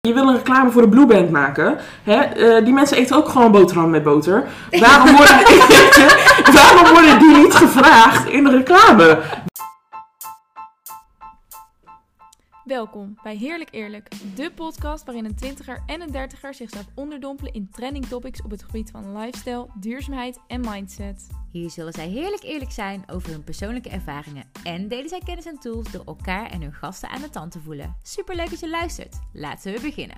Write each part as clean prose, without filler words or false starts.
Je wil een reclame voor de Blue Band maken. Hè? Die mensen eten ook gewoon boterham met boter. Waarom worden die niet gevraagd in de reclame? Welkom bij Heerlijk Eerlijk, de podcast waarin een 20er en een 30er zichzelf onderdompelen in trending topics op het gebied van lifestyle, duurzaamheid en mindset. Hier zullen zij heerlijk eerlijk zijn over hun persoonlijke ervaringen en delen zij kennis en tools door elkaar en hun gasten aan de tand te voelen. Superleuk dat je luistert. Laten we beginnen.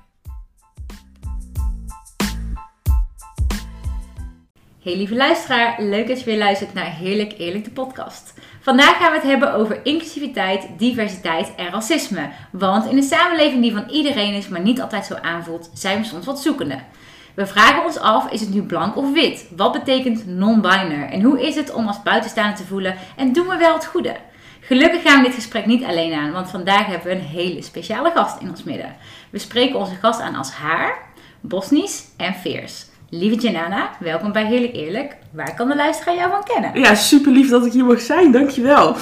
Hey lieve luisteraar, leuk dat je weer luistert naar Heerlijk Eerlijk de podcast. Vandaag gaan we het hebben over inclusiviteit, diversiteit en racisme. Want in een samenleving die van iedereen is, maar niet altijd zo aanvoelt, zijn we soms wat zoekende. We vragen ons af, is het nu blank of wit? Wat betekent non-binary? En hoe is het om als buitenstaander te voelen? En doen we wel het goede? Gelukkig gaan we dit gesprek niet alleen aan, want vandaag hebben we een hele speciale gast in ons midden. We spreken onze gast aan als haar, Bosnisch en Fierce. Lieve Janana, welkom bij Heerlijk Eerlijk. Waar kan de luisteraar jou van kennen? Ja, super lief dat ik hier mag zijn, dankjewel.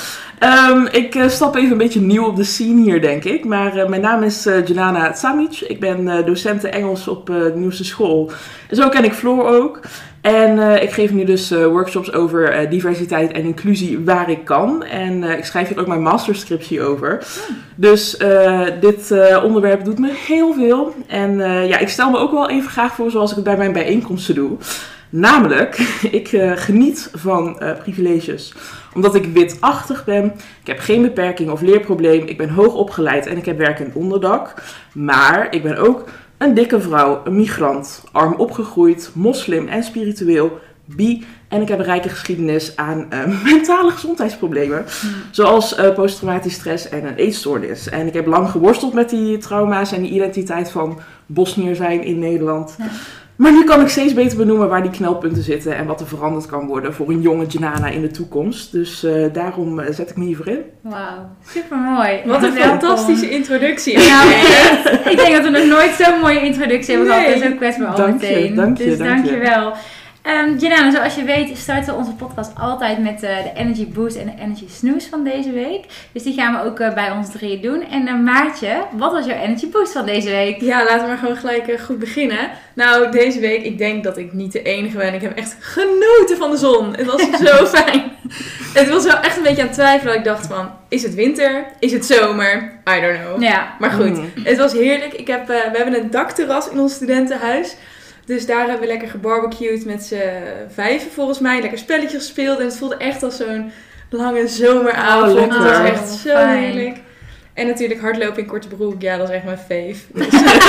Ik stap even een beetje nieuw op de scene hier, denk ik. Maar mijn naam is Janana Tsamic. Ik ben docent Engels op de nieuwste school. En zo ken ik Floor ook. En ik geef nu dus workshops over diversiteit en inclusie waar ik kan. En ik schrijf hier ook mijn masterscriptie over. Dus dit onderwerp doet me heel veel. En ja, ik stel me ook wel even graag voor zoals ik het bij mijn bijeenkomsten doe. Namelijk, ik geniet van privileges. Omdat ik witachtig ben, ik heb geen beperking of leerprobleem, ik ben hoog opgeleid en ik heb werk en onderdak. Maar ik ben ook een dikke vrouw, een migrant, arm opgegroeid, moslim en spiritueel, bi. En ik heb een rijke geschiedenis aan mentale gezondheidsproblemen. Zoals posttraumatisch stress en een eetstoornis. En ik heb lang geworsteld met die trauma's en die identiteit van Bosnier zijn in Nederland. Ja. Maar nu kan ik steeds beter benoemen waar die knelpunten zitten en wat er veranderd kan worden voor een jonge Janana in de toekomst. Dus daarom zet ik me hiervoor in. Wauw, supermooi. Wat een fantastische introductie. Nou, ik denk dat we nog nooit zo'n mooie introductie hebben gehad. Dat is ook kwetsbaar al meteen. Dank je. Dankjewel. Janana, zoals je weet starten we onze podcast altijd met de Energy Boost en de Energy Snooze van deze week. Dus die gaan we ook bij ons drieën doen. En Maartje, wat was jouw Energy Boost van deze week? Ja, laten we maar gewoon gelijk goed beginnen. Nou, deze week, ik denk dat ik niet de enige ben. Ik heb echt genoten van de zon. Het was zo fijn. Het was wel echt een beetje aan het twijfelen. Ik dacht van, is het winter? Is het zomer? I don't know. Ja. Maar goed, het was heerlijk. We hebben een dakterras in ons studentenhuis. Dus daar hebben we lekker gebarbecued met z'n 5 volgens mij. Lekker spelletjes gespeeld. En het voelde echt als zo'n lange zomeravond. Het was echt zo heerlijk. En natuurlijk hardlopen in korte broek. Ja, dat is echt mijn fave. Dus.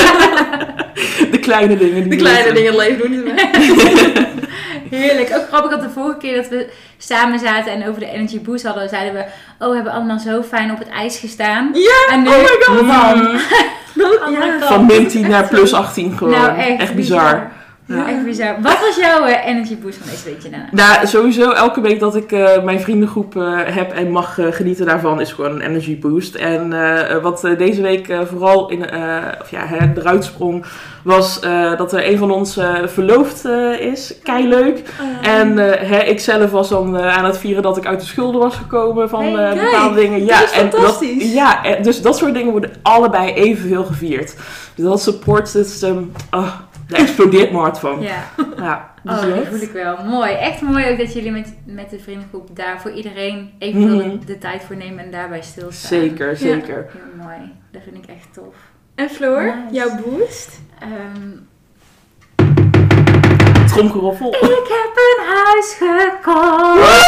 De kleine dingen. De kleine dingen leven doen het mij. Heerlijk. Ook grappig dat de vorige keer dat we samen zaten en over de Energy Boost hadden, zeiden we, we hebben allemaal zo fijn op het ijs gestaan. Ja, en nu, oh my god. Van min 10 naar plus 18 gewoon. Nou, echt bizar. Ja. Echt bizar. Wat was jouw Energy Boost van deze week, Janana? Nou, sowieso elke week dat ik mijn vriendengroep heb en mag genieten daarvan is gewoon een Energy Boost. En wat deze week vooral eruit sprong was dat er een van ons verloofd is. Keileuk. En ik zelf was dan aan het vieren dat ik uit de schulden was gekomen van bepaalde dingen. Ja, dat is fantastisch. Dus dat soort dingen worden allebei evenveel gevierd. Dus dat support system... Daar explodeert mijn hart van. Ja. Dus dat voel ik wel. Mooi. Echt mooi ook dat jullie met de vriendengroep daar voor iedereen evenveel de tijd voor nemen en daarbij stilstaan. Zeker. Heel mooi. Dat vind ik echt tof. En Floor, jouw boost? Tromgeroffel. Ik heb een huis gekocht.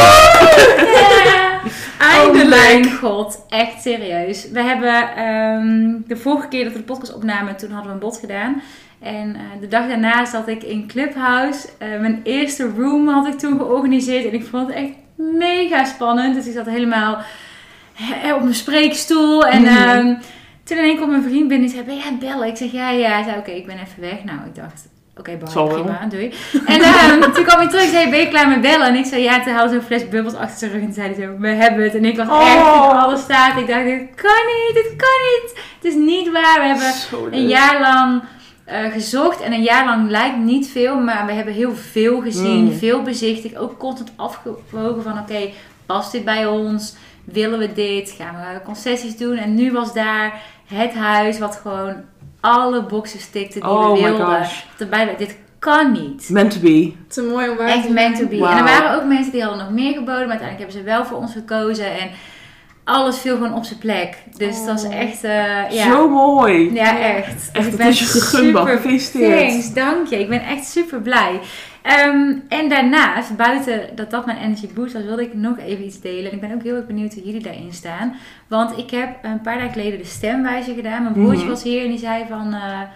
Eindelijk. Oh mijn god, echt serieus. We hebben de vorige keer dat we de podcast opnamen, toen hadden we een bod gedaan. En de dag daarna zat ik in Clubhouse. Mijn eerste room had ik toen georganiseerd. En ik vond het echt mega spannend. Dus ik zat helemaal op mijn spreekstoel. En toen in één keer kwam mijn vriend binnen en zei, ben jij aan het bellen? Ik zeg, ja. Hij zei, oké, ik ben even weg. Nou, ik dacht, oké, prima, doei. En toen kwam hij terug en zei, ben je klaar met bellen? En ik zei, ja, toen haalde zo'n fles bubbels achter zijn rug. En zei hij zo, we hebben het. En ik was echt in alle staat. Ik dacht, dit kan niet. Het is niet waar. We hebben een jaar lang... gezocht en een jaar lang lijkt niet veel, maar we hebben heel veel gezien, veel bezichtigd, ook constant afgewogen van oké, past dit bij ons, willen we dit, gaan we concessies doen en nu was daar het huis wat gewoon alle boxes tikte die Oh we my wilden. gosh. Dit kan niet. Meant to be. Het is mooi om waar Echt te meant to zijn. be. Wow. En er waren ook mensen die hadden nog meer geboden, maar uiteindelijk hebben ze wel voor ons gekozen. En alles viel gewoon op zijn plek. Dus dat was echt, Zo mooi. Ja, echt. Echt, Ik dat is je gegund, man. Gefeliciteerd. Thanks, dank je. Ik ben echt super blij. En daarnaast, buiten dat mijn energy boost was, wilde ik nog even iets delen. En ik ben ook heel erg benieuwd hoe jullie daarin staan. Want ik heb een paar dagen geleden de stemwijzer gedaan. Mijn broertje was hier en die zei van...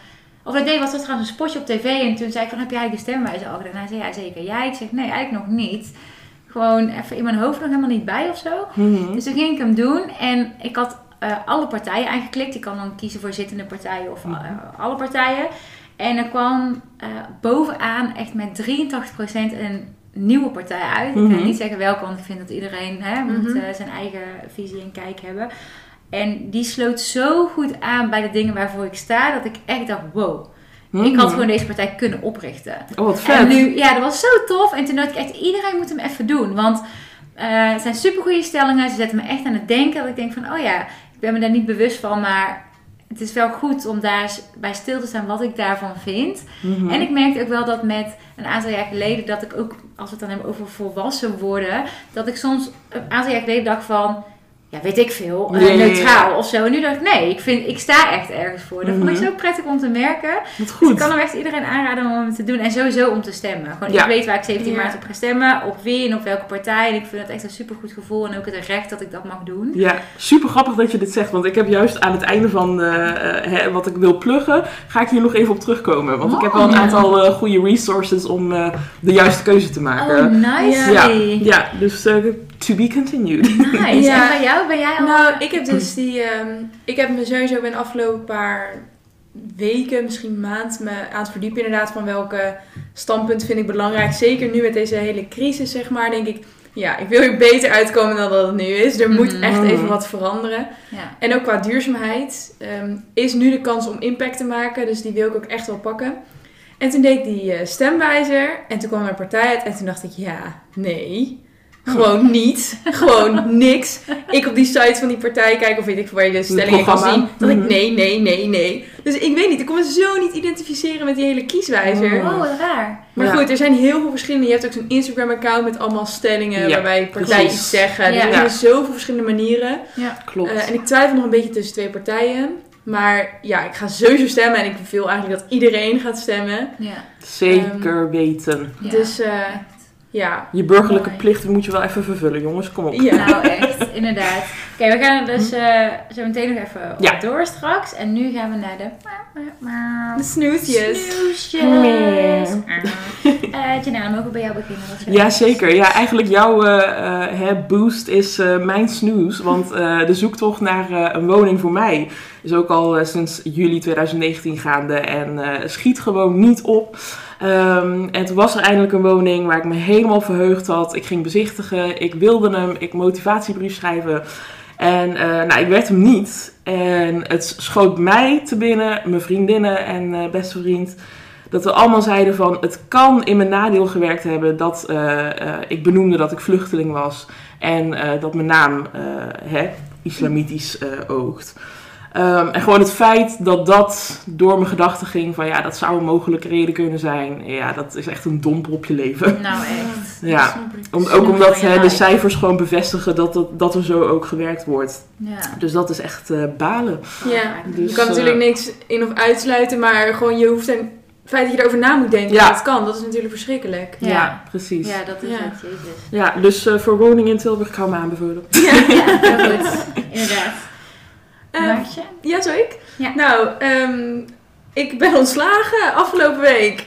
was trouwens een spotje op tv. En toen zei ik van, heb jij eigenlijk de stemwijzer al gedaan? En hij zei, ja zeker. Jij? Ik zeg, nee, eigenlijk nog niet. Gewoon even in mijn hoofd nog helemaal niet bij of zo. Dus toen ging ik hem doen. En ik had alle partijen aangeklikt. Ik kan dan kiezen voor zittende partijen of alle partijen. En er kwam bovenaan echt met 83% een nieuwe partij uit. Ik kan niet zeggen welke, want ik vind dat iedereen moet zijn eigen visie en kijk hebben. En die sloot zo goed aan bij de dingen waarvoor ik sta, dat ik echt dacht, wow. Ik had gewoon deze partij kunnen oprichten. Oh, wat vet. En nu, ja, dat was zo tof. En toen dacht ik echt, iedereen moet hem even doen. Want het zijn supergoeie stellingen. Ze zetten me echt aan het denken. Dat ik denk van, oh ja, ik ben me daar niet bewust van. Maar het is wel goed om daar bij stil te staan wat ik daarvan vind. En ik merkte ook wel dat met een aantal jaar geleden, dat ik ook, als we het dan hebben over volwassen worden, dat ik soms een aantal jaar geleden dacht van, ja, weet ik veel, neutraal of zo. En nu dacht ik, nee, ik sta echt ergens voor. Dat vond ik zo prettig om te merken. Wat goed. Dus ik kan hem echt iedereen aanraden om het te doen. En sowieso om te stemmen. Gewoon, ik weet waar ik 17 maart op ga stemmen. Op wie en op welke partij. En ik vind het echt een supergoed gevoel. En ook het recht dat ik dat mag doen. Ja, super grappig dat je dit zegt. Want ik heb juist aan het einde van wat ik wil pluggen, ga ik hier nog even op terugkomen. Want ik heb wel een aantal goede resources om de juiste keuze te maken. Oh, nice. Ja, dus to be continued. Nice. Ja. En bij jou? Ben jij al... Nou, ik heb dus ik heb me sowieso bij de afgelopen paar weken, misschien maand, me aan het verdiepen inderdaad van welke standpunten vind ik belangrijk. Zeker nu met deze hele crisis, zeg maar, denk ik, ja, ik wil hier beter uitkomen dan dat het nu is. Er moet echt even wat veranderen. Ja. En ook qua duurzaamheid is nu de kans om impact te maken. Dus die wil ik ook echt wel pakken. En toen deed ik die stemwijzer. En toen kwam er een partij uit. En toen dacht ik, ja, nee. Gewoon niet. Gewoon niks. Ik op die site van die partij kijken of weet ik waar je de stellingen kan zien. Dat ik nee. Dus ik weet niet. Ik kon me zo niet identificeren met die hele kieswijzer. Oh, wat raar. Maar goed, er zijn heel veel verschillende. Je hebt ook zo'n Instagram account met allemaal stellingen waarbij partijen iets zeggen. Dus er zijn zoveel verschillende manieren. Ja. Klopt. En ik twijfel nog een beetje tussen twee partijen. Maar ja, ik ga sowieso stemmen. En ik wil eigenlijk dat iedereen gaat stemmen. Ja. Zeker weten. Ja. Dus ja. Je burgerlijke Mooi. plichten moet je wel even vervullen, jongens. Kom op. Ja. Nou, echt. Inderdaad. Oké, we gaan er dus zo meteen nog even op door straks. En nu gaan we naar de... De snoesjes. Snoesjes. Janelle, mogen we bij jou beginnen? Wat Ja, zeker. Ja, eigenlijk jouw boost is mijn snooze. Want de zoektocht naar een woning voor mij is ook al sinds juli 2019 gaande. En schiet gewoon niet op. En toen was er eindelijk een woning waar ik me helemaal verheugd had. Ik ging bezichtigen, ik wilde hem, ik motivatiebrief schrijven. En ik werd hem niet. En het schoot mij te binnen, mijn vriendinnen en beste vriend, dat we allemaal zeiden van, het kan in mijn nadeel gewerkt hebben dat ik benoemde dat ik vluchteling was. En dat mijn naam islamitisch oogt. En gewoon het feit dat door mijn gedachten ging van, ja, dat zou een mogelijke reden kunnen zijn. Ja, dat is echt een domper op je leven. Nou, echt. Ja, ook omdat de cijfers gewoon bevestigen dat er zo ook gewerkt wordt. Ja. Dus dat is echt balen. Ja, Dus, je kan natuurlijk niks in of uitsluiten, maar gewoon je hoeft het feit dat je erover na moet denken dat het kan, dat is natuurlijk verschrikkelijk. Ja, precies. Ja, dat is het, jezus. Ja, dus voor woningen in Tilburg, ik hou me aanbevolen. Ja, heel goed. Inderdaad. Maartje? Ja, zo ik? Ja. Nou, ik ben ontslagen afgelopen week.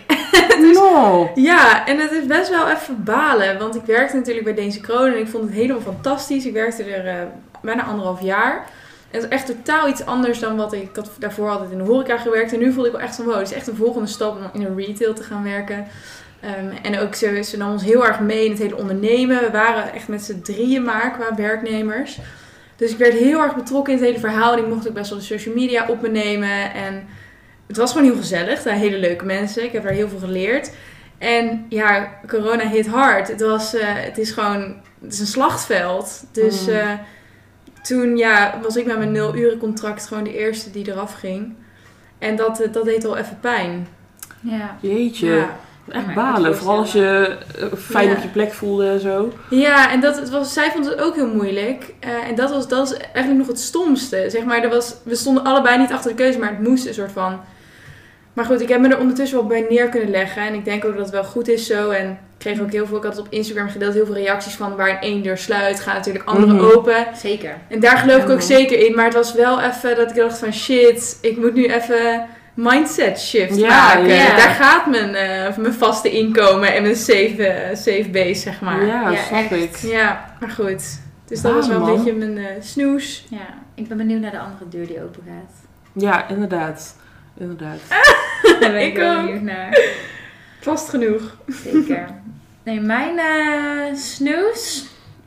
Ja, en het is best wel even balen. Want ik werkte natuurlijk bij Deense Kroon en ik vond het helemaal fantastisch. Ik werkte er bijna 1,5 jaar. En het is echt totaal iets anders dan wat ik had daarvoor altijd in de horeca gewerkt. En nu voelde ik wel echt van, wow, het is echt een volgende stap om in een retail te gaan werken. En ook ze nam ons heel erg mee in het hele ondernemen. We waren echt met z'n 3 maar qua werknemers. Dus ik werd heel erg betrokken in het hele verhaal. En ik mocht ook best wel de social media op me nemen. En het was gewoon heel gezellig. Daar hele leuke mensen. Ik heb daar heel veel geleerd. En ja, corona hit hard. Het is een slachtveld. Dus toen was ik met mijn 0-uren contract gewoon de eerste die eraf ging. En dat deed wel even pijn. Ja. Jeetje. Ja. Echt maar balen. ik Vooral als je fijn op je plek voelde en zo. Ja, en zij vond het ook heel moeilijk. En dat was eigenlijk nog het stomste. Zeg maar, we stonden allebei niet achter de keuze, maar het moest een soort van... Maar goed, ik heb me er ondertussen wel bij neer kunnen leggen. En ik denk ook dat het wel goed is zo. En ik kreeg ook ik had het op Instagram gedeeld, heel veel reacties van waar één deur sluit, gaan natuurlijk andere open. Zeker. En daar geloof ik ook zeker in. Maar het was wel even dat ik dacht van shit, ik moet nu even mindset shift maken. Ja. Daar gaat mijn vaste inkomen en mijn safe base, zeg maar. Ja, Ja, snap ik. Ja, maar goed. Dus dat was wel man. een beetje mijn snoes. Ja, ik ben benieuwd naar de andere deur die open gaat. Ja, inderdaad. Daar ben ik Ik wel ook. benieuwd naar. Vast genoeg. Zeker. Nee, mijn snoes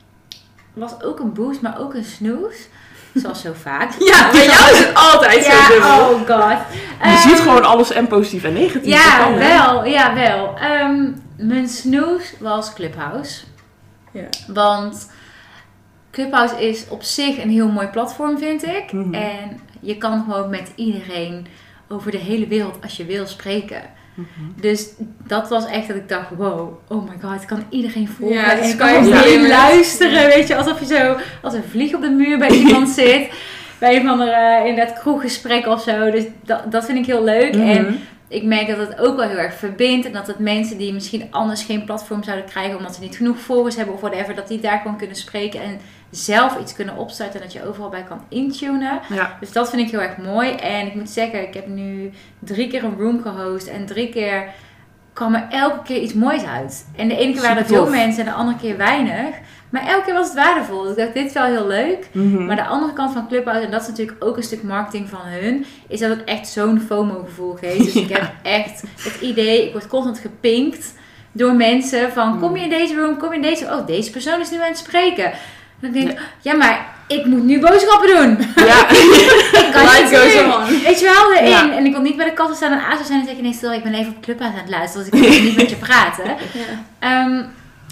was ook een boost, maar ook een snoes. Zoals zo vaak. Ja, bij jou is het altijd zo Ja, dubbel. oh god. Je ziet gewoon alles en positief en negatief. Dat Ja, kan, hè? wel. Ja, wel. Mijn snoes was Clubhouse. Ja. Want Clubhouse is op zich een heel mooi platform, vind ik. Mhm. En je kan gewoon met iedereen over de hele wereld, als je wil, spreken. Dus dat was echt dat ik dacht, wow, oh my god, ik kan iedereen volgen. Ja, en dus ik kan kan je gewoon niet luisteren, weet je, alsof je zo als een vlieg op de muur bij iemand zit. Bij een van de inderdaad kroeggesprek of zo. Dus dat vind ik heel leuk. Mhm. En ik merk dat het ook wel heel erg verbindt. En dat het mensen die misschien anders geen platform zouden krijgen omdat ze niet genoeg volgers hebben of whatever, dat die daar gewoon kunnen spreken en zelf iets kunnen opstarten en dat je overal bij kan intunen. Ja. Dus dat vind ik heel erg mooi. En ik moet zeggen, ik heb nu 3 keer een room gehost en 3 keer kwam er elke keer iets moois uit. En de ene keer waren er veel Supertof. mensen en de andere keer weinig. Maar elke keer was het waardevol. Dus ik dacht, dit is wel heel leuk. Mhm. Maar de andere kant van Clubhouse, en dat is natuurlijk ook een stuk marketing van hun, is dat het echt zo'n FOMO-gevoel geeft. Dus ik heb echt het idee, ik word constant gepinkt door mensen van, kom je in deze room, kom je in deze... Oh, deze persoon is nu aan het spreken. En ik denk, ja, maar ik moet nu boodschappen doen. Ja. Ik kan Life niet goes nu. on. Weet je wel, erin. Ja. En ik wil niet bij de kassa staan en ASO zijn en zeggen, nee, stil, ik ben even op Clubhouse aan het luisteren, dus ik wil niet met je praten. Ja.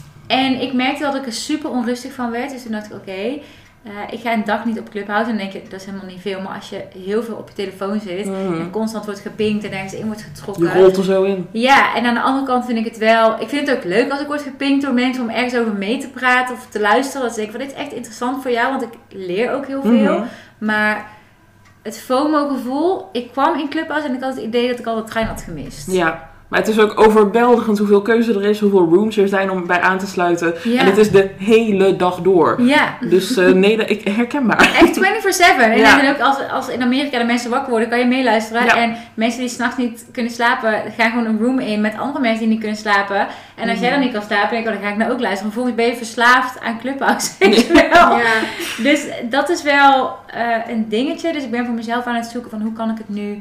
En ik merkte dat ik er super onrustig van werd. Dus toen dacht ik, oké, ik ga een dag niet op Clubhouse. En dan denk je, dat is helemaal niet veel. Maar als je heel veel op je telefoon zit en constant wordt gepinkt en ergens in wordt getrokken. Je rolt er zo in. Ja, en aan de andere kant vind ik het wel... Ik vind het ook leuk als ik word gepinkt door mensen om ergens over mee te praten of te luisteren. Dat ze denken van, dit is echt interessant voor jou, want ik leer ook heel veel. Maar het FOMO-gevoel, ik kwam in Clubhouse en ik had het idee dat ik al de trein had gemist. Ja. Maar het is ook overweldigend hoeveel keuze er is, hoeveel rooms er zijn om bij aan te sluiten. Ja. En het is de hele dag door. Ja. Dus nee, ik herken maar. Echt 24/7. En Ja. dan ook als in Amerika de mensen wakker worden, kan je meeluisteren. Ja. En mensen die 's nachts niet kunnen slapen, gaan gewoon een room in met andere mensen die niet kunnen slapen. En als jij dan niet kan slapen, denk ik, dan ga ik nou ook luisteren. Vervolgens ben je verslaafd aan Clubhouse. Weet je wel. Ja. Dus dat is wel een dingetje. Dus ik ben voor mezelf aan het zoeken van hoe kan ik het nu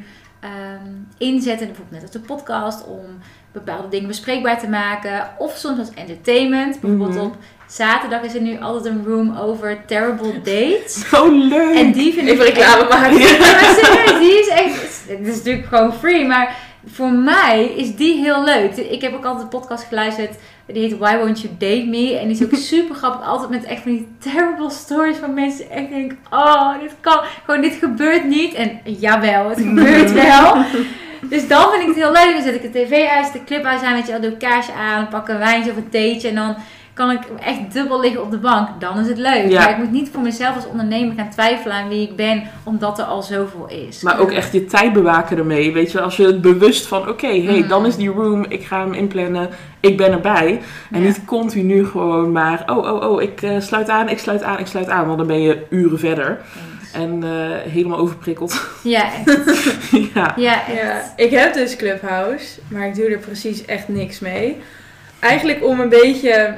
inzetten. Bijvoorbeeld net als de podcast, om bepaalde dingen bespreekbaar te maken. Of soms als entertainment. Bijvoorbeeld op zaterdag is er nu altijd een room over terrible dates. Zo leuk. En die vind Even ik reclame echt... maken. Ja, maar serieus, die is echt... Het is natuurlijk gewoon free, maar voor mij is die heel leuk. Ik heb ook altijd een podcast geluisterd, die heet Why Won't You Date Me? En die is ook super grappig, altijd met echt van die terrible stories van mensen. Echt denk, oh, dit gebeurt niet. En jawel, het gebeurt wel. Dus dan vind ik het heel leuk. Dan zet ik de tv uit, de Clubhouse aan, weet je wel, doe een kaarsje aan, pak een wijntje of een theetje en dan kan ik echt dubbel liggen op de bank. Dan is het leuk. Ja. Maar ik moet niet voor mezelf als ondernemer gaan twijfelen aan wie ik ben, omdat er al zoveel is. Maar ook echt je tijd bewaken ermee. Weet je, als je het bewust van, oké, dan is die room, ik ga hem inplannen, ik ben erbij. En Ja. niet continu gewoon maar, ik sluit aan, ik sluit aan, ik sluit aan. Want dan ben je uren verder. En helemaal overprikkeld. Ja, echt. Ja. Ja, echt. Ja, ik heb dus Clubhouse, maar ik doe er precies echt niks mee. Eigenlijk om een beetje,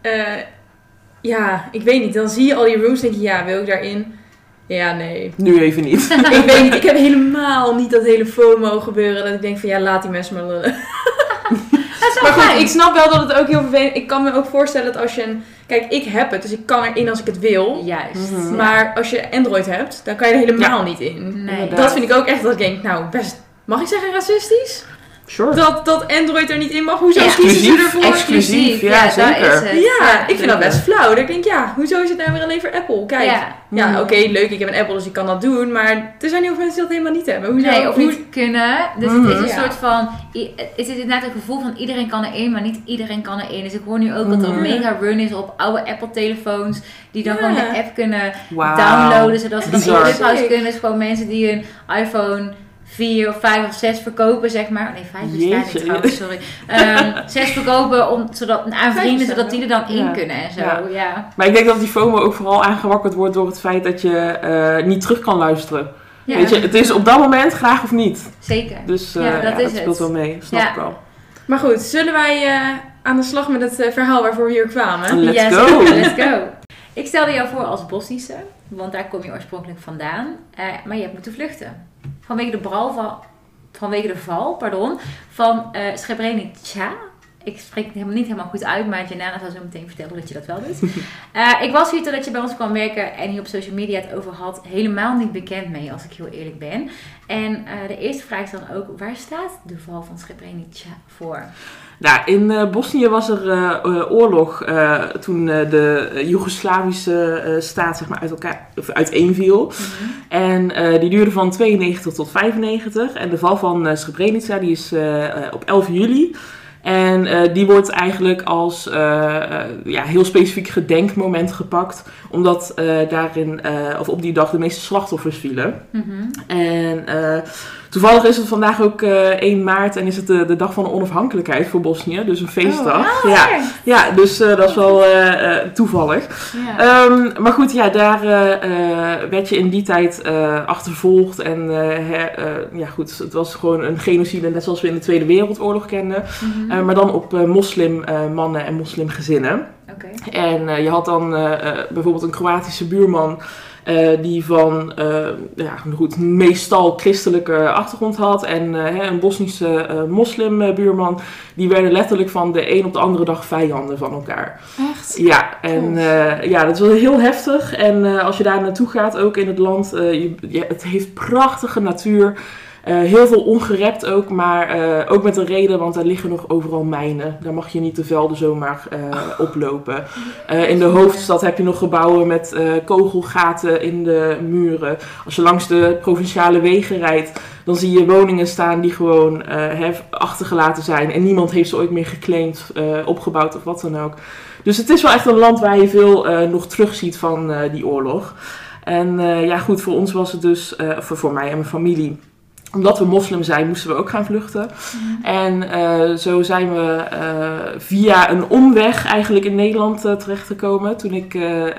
ik weet niet, dan zie je al die rooms en denk je, ja, wil ik daarin? Ja, nee. Nu even niet. Ik weet niet, ik heb helemaal niet dat hele FOMO gebeuren, dat ik denk van, ja, laat die mensen maar lullen. Dat is wel Maar goed, fijn. ik snap wel dat het ook heel vervelend is. Ik kan me ook voorstellen dat als je kijk, ik heb het, dus ik kan erin als ik het wil. Juist. Mhm. Maar als je Android hebt, dan kan je er helemaal niet in. Nee. Inderdaad. Dat vind ik ook echt dat ik denk, nou, best, mag ik zeggen racistisch? Sure. dat Android er niet in mag. Hoezo kiezen ze Exclusief. ervoor? Exclusief, ja, zeker. daar is het. Ja, ik vind dat best flauw. Dat ik denk, hoezo is het nou weer alleen voor Apple? Kijk, oké, leuk, ik heb een Apple, dus ik kan dat doen. Maar er zijn heel veel mensen die dat helemaal niet hebben. Hoezo? Of niet kunnen. Dus het is een soort van... Het is inderdaad het gevoel van iedereen kan er in, maar niet iedereen kan er in. Dus ik hoor nu ook dat er een mega run is op oude Apple-telefoons. Die dan gewoon de app kunnen downloaden. Zodat ze dan in Clubhouse kunnen. Dus gewoon mensen die hun iPhone 4 of 5 of 6 verkopen, zeg maar. Nee, 5 bestaat niet trouwens, sorry. 6 verkopen aan vrienden, zodat die er dan in kunnen en zo. Ja. Maar ik denk dat die FOMO ook vooral aangewakkerd wordt door het feit dat je niet terug kan luisteren. Ja. Weet je, het is op dat moment graag of niet. Zeker. Dus dat speelt wel mee, snap ik wel. Maar goed, zullen wij aan de slag met het verhaal waarvoor we hier kwamen? Let's go! Let's go! Ik stelde jou voor als Bosnische, want daar kom je oorspronkelijk vandaan. Maar je hebt moeten vluchten. Vanwege de val van Srebrenica. Ik spreek het niet helemaal goed uit, maar Janana zal zo meteen vertellen dat je dat wel doet. Ik was hier totdat je bij ons kwam werken en hier op social media het over had. Helemaal niet bekend mee, als ik heel eerlijk ben. En de eerste vraag is dan ook, waar staat de val van Srebrenica voor? Nou, in Bosnië was er oorlog toen de Joegoslavische staat zeg maar uiteenviel. En die duurde van 92 tot 95. En de val van Srebrenica die is op 11 juli. En die wordt eigenlijk als heel specifiek gedenkmoment gepakt. Omdat daarin, of op die dag, de meeste slachtoffers vielen. En toevallig is het vandaag ook 1 maart en is het de dag van de onafhankelijkheid voor Bosnië. Dus een feestdag. Ja, dus dat is wel toevallig. Ja. Maar goed, daar werd je in die tijd achtervolgd. En het was gewoon een genocide, net zoals we in de Tweede Wereldoorlog kenden. Maar dan op moslimmannen en moslimgezinnen. Okay. En je had dan bijvoorbeeld een Kroatische buurman die van meestal christelijke achtergrond had. En een Bosnische moslimbuurman, die werden letterlijk van de een op de andere dag vijanden van elkaar. Echt? Ja, en dat is wel heel heftig. En als je daar naartoe gaat, ook in het land, het heeft prachtige natuur. Heel veel ongerept ook, maar ook met een reden, want daar liggen nog overal mijnen. Daar mag je niet de velden zomaar oplopen. In de hoofdstad heb je nog gebouwen met kogelgaten in de muren. Als je langs de provinciale wegen rijdt, dan zie je woningen staan die gewoon achtergelaten zijn. En niemand heeft ze ooit meer geclaimd, opgebouwd of wat dan ook. Dus het is wel echt een land waar je veel nog terugziet van die oorlog. En voor ons was het dus, voor mij en mijn familie, omdat we moslim zijn, moesten we ook gaan vluchten. En zo zijn we via een omweg eigenlijk in Nederland terechtgekomen. Toen ik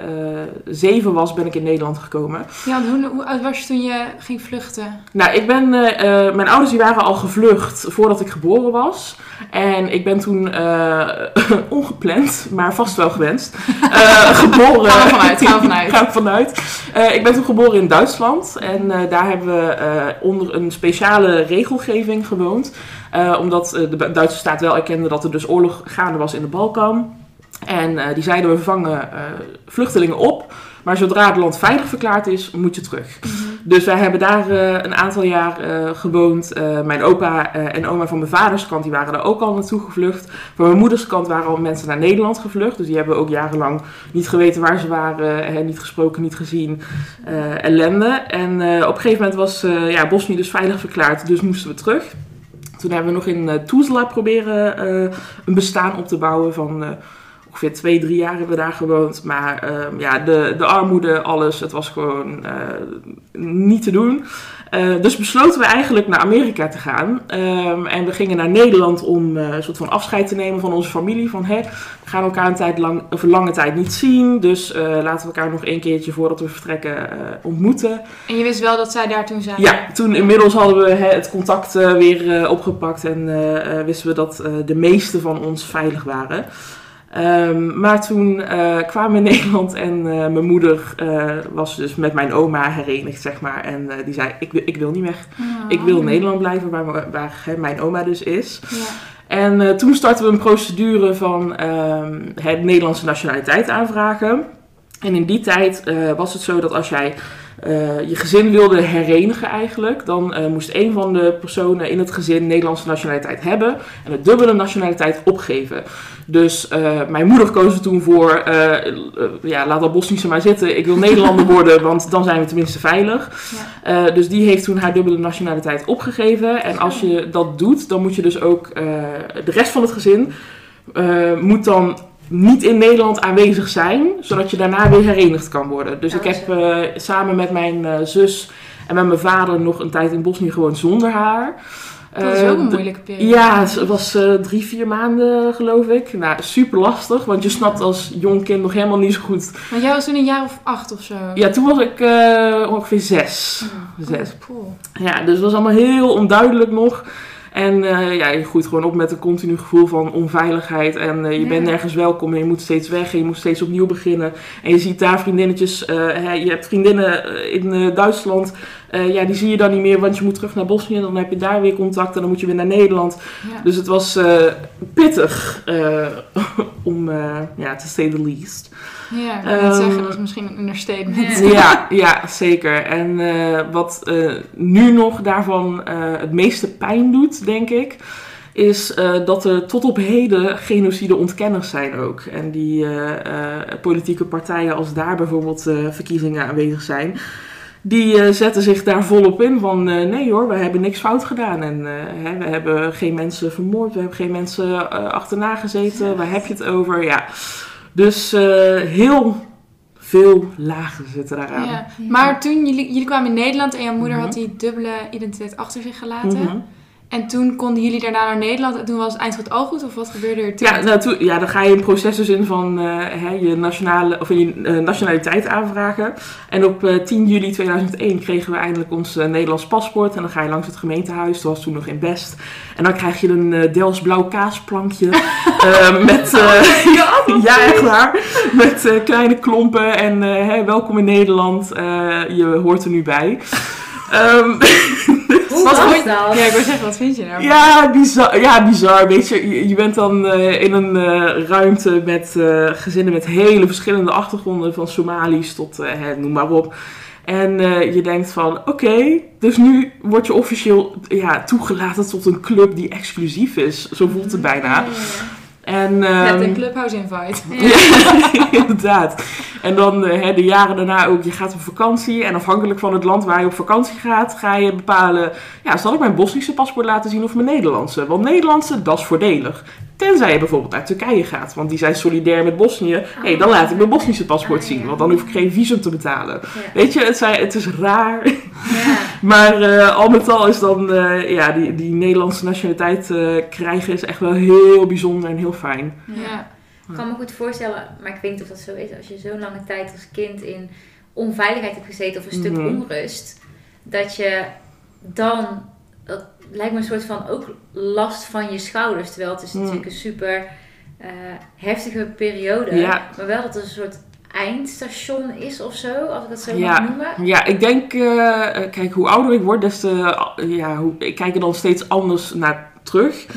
7 was, ben ik in Nederland gekomen. Ja, hoe oud was je toen je ging vluchten? Nou, mijn ouders die waren al gevlucht voordat ik geboren was. En ik ben toen ongepland, maar vast wel gewenst, geboren. Ga ik vanuit. Ik ben toen geboren in Duitsland. En daar hebben we onder een speciale regelgeving gewoond. Omdat de Duitse staat wel erkende dat er dus oorlog gaande was in de Balkan. En die zeiden, we vangen vluchtelingen op. Maar zodra het land veilig verklaard is, moet je terug. Dus wij hebben daar een aantal jaar gewoond. Mijn opa en oma van mijn vaders kant, die waren daar ook al naartoe gevlucht. Van mijn moeders kant waren al mensen naar Nederland gevlucht. Dus die hebben ook jarenlang niet geweten waar ze waren. Niet gesproken, niet gezien. Ellende. En op een gegeven moment was Bosnië dus veilig verklaard. Dus moesten we terug. Toen hebben we nog in Tuzla proberen een bestaan op te bouwen van ongeveer 2-3 jaar hebben we daar gewoond. Maar de armoede, alles, het was gewoon niet te doen. Dus besloten we eigenlijk naar Amerika te gaan. En we gingen naar Nederland om een soort van afscheid te nemen van onze familie. Van we gaan elkaar een lange tijd niet zien. Dus laten we elkaar nog 1 keertje voordat we vertrekken ontmoeten. En je wist wel dat zij daar toen zaten? Ja, toen inmiddels hadden we het contact weer opgepakt. En wisten we dat de meeste van ons veilig waren. Maar toen kwamen we in Nederland en mijn moeder was dus met mijn oma herenigd, zeg maar. En die zei, ik wil niet weg. Ik wil in Nederland blijven, waar mijn oma dus is. Ja. En toen startten we een procedure van het Nederlandse nationaliteit aanvragen. En in die tijd was het zo dat als jij je gezin wilde herenigen eigenlijk, dan moest een van de personen in het gezin Nederlandse nationaliteit hebben en de dubbele nationaliteit opgeven. Dus mijn moeder koos er toen voor, laat dat Bosnische maar zitten, ik wil Nederlander worden, want dan zijn we tenminste veilig. Ja. Dus die heeft toen haar dubbele nationaliteit opgegeven. En als je dat doet, dan moet je dus ook de rest van het gezin moet dan niet in Nederland aanwezig zijn, zodat je daarna weer herenigd kan worden. Dus ik heb samen met mijn zus en met mijn vader nog een tijd in Bosnië gewoon zonder haar. Dat is ook een moeilijke periode. Ja, het was 3-4 maanden geloof ik. Nou, super lastig, want je snapt als jong kind nog helemaal niet zo goed. Want jij was toen een jaar of 8 of zo? Ja, toen was ik ongeveer 6. Cool. Ja, dus het was allemaal heel onduidelijk nog. En je groeit gewoon op met een continu gevoel van onveiligheid. En je bent nergens welkom en je moet steeds weg en je moet steeds opnieuw beginnen. En je ziet daar vriendinnetjes, je hebt vriendinnen in Duitsland. Die zie je dan niet meer, want je moet terug naar Bosnië. Dan heb je daar weer contact en dan moet je weer naar Nederland. Ja. Dus het was pittig om, to say the least. Ja, ik wil net zeggen, dat is misschien een understatement. Ja, zeker. En wat nu nog daarvan het meeste pijn doet, denk ik, is dat er tot op heden genocide-ontkenners zijn ook. En die politieke partijen, als daar bijvoorbeeld verkiezingen aanwezig zijn, die zetten zich daar volop in van nee hoor, we hebben niks fout gedaan. En we hebben geen mensen vermoord, we hebben geen mensen achterna gezeten. Waar heb je het over? Ja. Dus heel veel lagen zitten daaraan. Ja. Maar toen jullie kwamen in Nederland en jouw moeder had die dubbele identiteit achter zich gelaten. En toen konden jullie daarna naar Nederland en toen was het eindgoed al goed? Of wat gebeurde er toen? Ja, dan ga je een proces dus in van je nationaliteit aanvragen. En op 10 juli 2001 kregen we eindelijk ons Nederlands paspoort. En dan ga je langs het gemeentehuis, dat was toen nog in Best. En dan krijg je een Delfts blauw kaasplankje met... ja, echt waar. Met kleine klompen en welkom in Nederland. Je hoort er nu bij. Wat vond je dan? Ja, ik wil zeggen, wat vind je nou? Ja, bizar. Weet je bent dan in een ruimte met gezinnen met hele verschillende achtergronden, van Somalisch tot noem maar op. En je denkt van, oké, dus nu word je officieel toegelaten tot een club die exclusief is. Zo voelt het bijna. Ja. En, met een clubhouse invite. Ja, inderdaad. En dan de jaren daarna ook, je gaat op vakantie. En afhankelijk van het land waar je op vakantie gaat, ga je bepalen, zal ik mijn Bosnische paspoort laten zien of mijn Nederlandse? Want Nederlandse, dat is voordelig. Tenzij je bijvoorbeeld naar Turkije gaat, want die zijn solidair met Bosnië. Dan laat ik mijn Bosnische paspoort zien, want dan hoef ik geen visum te betalen. Ja. Weet je, het is raar. Ja. Maar al met al is dan, die Nederlandse nationaliteit krijgen is echt wel heel bijzonder en heel fijn. Ja. Ik kan me goed voorstellen, maar ik weet niet of dat zo is, als je zo'n lange tijd als kind in onveiligheid hebt gezeten of een stuk onrust, dat je dan... Dat lijkt me een soort van ook last van je schouders. Terwijl het is natuurlijk een super heftige periode. Ja. Maar wel dat het een soort eindstation is of zo. Als ik dat zo mag noemen. Ja, ik denk... kijk, hoe ouder ik word, des te... ik kijk er dan steeds anders naar terug.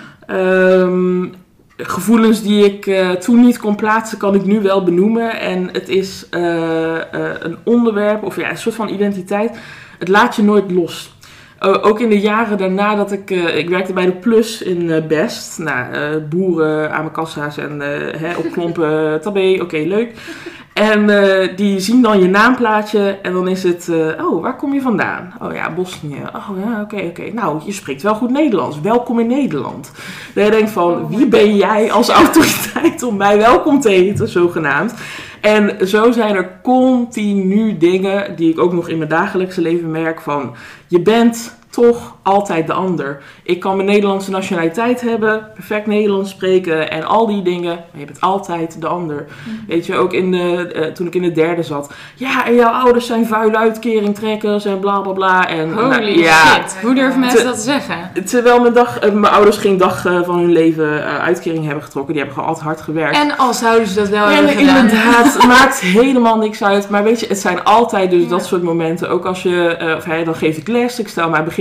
Gevoelens die ik toen niet kon plaatsen, kan ik nu wel benoemen. En het is een onderwerp, of een soort van identiteit. Het laat je nooit los. Ook in de jaren daarna dat ik werkte bij de Plus in Best. Boeren aan mijn kassa's en opklompen, tabé, oké, leuk. En die zien dan je naamplaatje en dan is het, waar kom je vandaan? Oh ja, Bosnië. Oh ja, oké. Nou, je spreekt wel goed Nederlands. Welkom in Nederland. Dan je denkt van, wie ben jij als autoriteit om mij welkom te heten, zogenaamd? En zo zijn er continu dingen die ik ook nog in mijn dagelijkse leven merk van, je bent toch altijd de ander. Ik kan mijn Nederlandse nationaliteit hebben, perfect Nederlands spreken en al die dingen, maar je bent altijd de ander. Weet je, ook toen ik in de 3e zat. Ja, en jouw ouders zijn vuile uitkeringtrekkers en bla bla bla. En, holy shit, hoe durven mensen dat te zeggen? Terwijl mijn ouders geen dag van hun leven uitkering hebben getrokken. Die hebben gewoon altijd hard gewerkt. En al zouden ze dat wel hebben gedaan. Inderdaad, het maakt helemaal niks uit. Maar weet je, het zijn altijd dus dat soort momenten. Ook als je, dan geef ik les, ik stel mij begin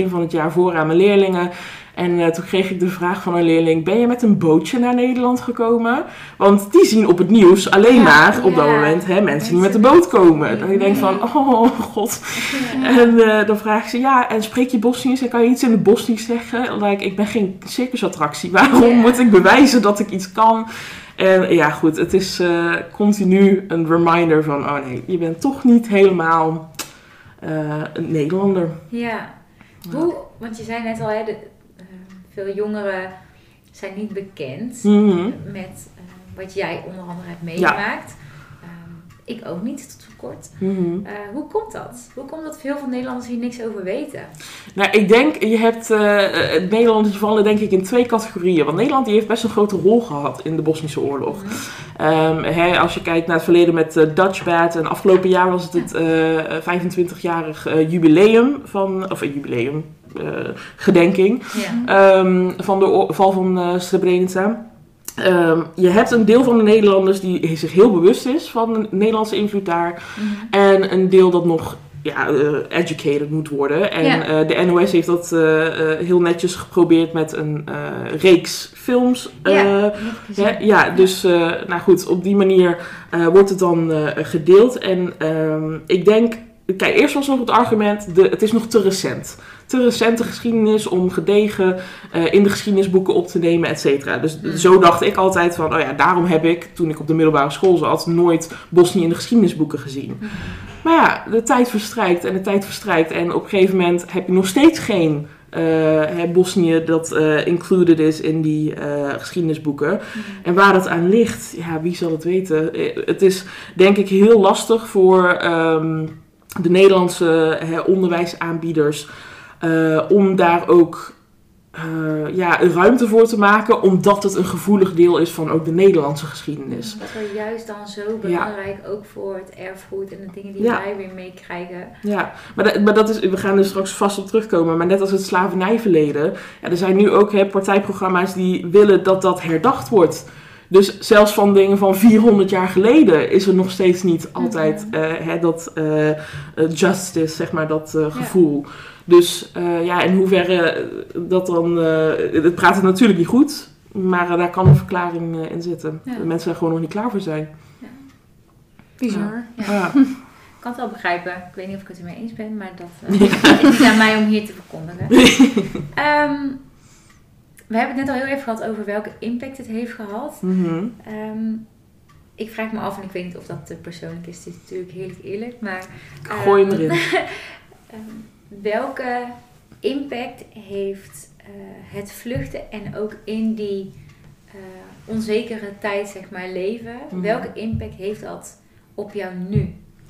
begin van het jaar voor aan mijn leerlingen. En toen kreeg ik de vraag van een leerling, ben je met een bootje naar Nederland gekomen? Want die zien op het nieuws alleen maar op dat moment mensen die met de boot komen. Dat ik denk van, oh god. Ja. En dan vraag ik ze, ja, en spreek je Bosnisch? En kan je iets in het Bosnisch zeggen? Ik ben geen circusattractie. Waarom moet ik bewijzen dat ik iets kan? En ja, goed, het is continu een reminder van, oh nee, je bent toch niet helemaal een Nederlander. Ja. Want je zei net al, veel jongeren zijn niet bekend met wat jij onder andere hebt meegemaakt. Ik ook niet, tot voor kort. Hoe komt dat? Hoe komt dat veel van Nederlanders hier niks over weten? Nou, ik denk, je hebt Nederlanders vallen denk ik in 2 categorieën. Want Nederland die heeft best een grote rol gehad in de Bosnische oorlog. Als je kijkt naar het verleden met Dutchbat. En afgelopen jaar was het 25-jarig jubileum gedenking van de val van Srebrenica. Je hebt een deel van de Nederlanders die zich heel bewust is van de Nederlandse invloed daar. En een deel dat nog educated moet worden. En de NOS heeft dat heel netjes geprobeerd met een reeks films. Dus nou goed, op die manier wordt het dan gedeeld. En ik denk, kijk, eerst was nog het argument, het is nog te recent. Te recente geschiedenis om gedegen in de geschiedenisboeken op te nemen, et cetera. Dus zo dacht ik altijd van, daarom heb ik, toen ik op de middelbare school zat, nooit Bosnië in de geschiedenisboeken gezien. Maar ja, de tijd verstrijkt en op een gegeven moment heb je nog steeds geen Bosnië dat included is in die geschiedenisboeken. En waar dat aan ligt, wie zal het weten? Het is denk ik heel lastig voor de Nederlandse onderwijsaanbieders om daar ook ruimte voor te maken, omdat het een gevoelig deel is van ook de Nederlandse geschiedenis. Dat er juist dan zo belangrijk ook voor het erfgoed en de dingen die wij weer meekrijgen. Ja, maar dat is, we gaan er straks vast op terugkomen, maar net als het slavernijverleden, er zijn nu ook partijprogramma's die willen dat dat herdacht wordt. Dus zelfs van dingen van 400 jaar geleden is er nog steeds niet altijd dat justice, zeg maar, dat gevoel. Dus in hoeverre dat dan... het praat het natuurlijk niet goed, maar daar kan een verklaring in zitten. Ja. De mensen er gewoon nog niet klaar voor zijn. Ja. Bizar. Ja. Ik kan het wel begrijpen. Ik weet niet of ik het ermee eens ben, maar dat is niet aan mij om hier te verkondigen. We hebben het net al heel even gehad over welke impact het heeft gehad. Ik vraag me af, en ik weet niet of dat te persoonlijk is. Het is natuurlijk heerlijk eerlijk, maar... Gooi hem erin. Welke impact heeft het vluchten en ook in die onzekere tijd, zeg maar, leven? Welke impact heeft dat op jou nu?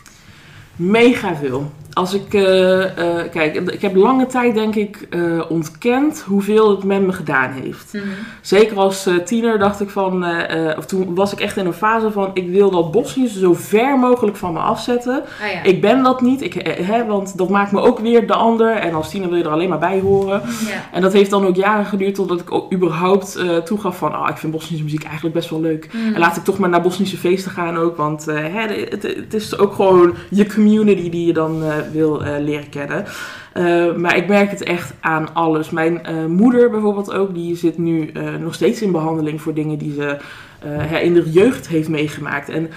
Mega veel. Als ik kijk, ik heb lange tijd denk ik ontkend hoeveel het met me gedaan heeft. Zeker als tiener dacht ik van, of toen was ik echt in een fase van, ik wil dat Bosnië zo ver mogelijk van me afzetten. Ik ben dat niet, want dat maakt me ook weer de ander. En als tiener wil je er alleen maar bij horen. En dat heeft dan ook jaren geduurd totdat ik ook überhaupt toegaf van, ik vind Bosnische muziek eigenlijk best wel leuk. En laat ik toch maar naar Bosnische feesten gaan ook, want het is ook gewoon je community die je dan wil leren kennen. Maar ik merk het echt aan alles. Mijn moeder bijvoorbeeld ook, die zit nu nog steeds in behandeling voor dingen die ze in de jeugd heeft meegemaakt. En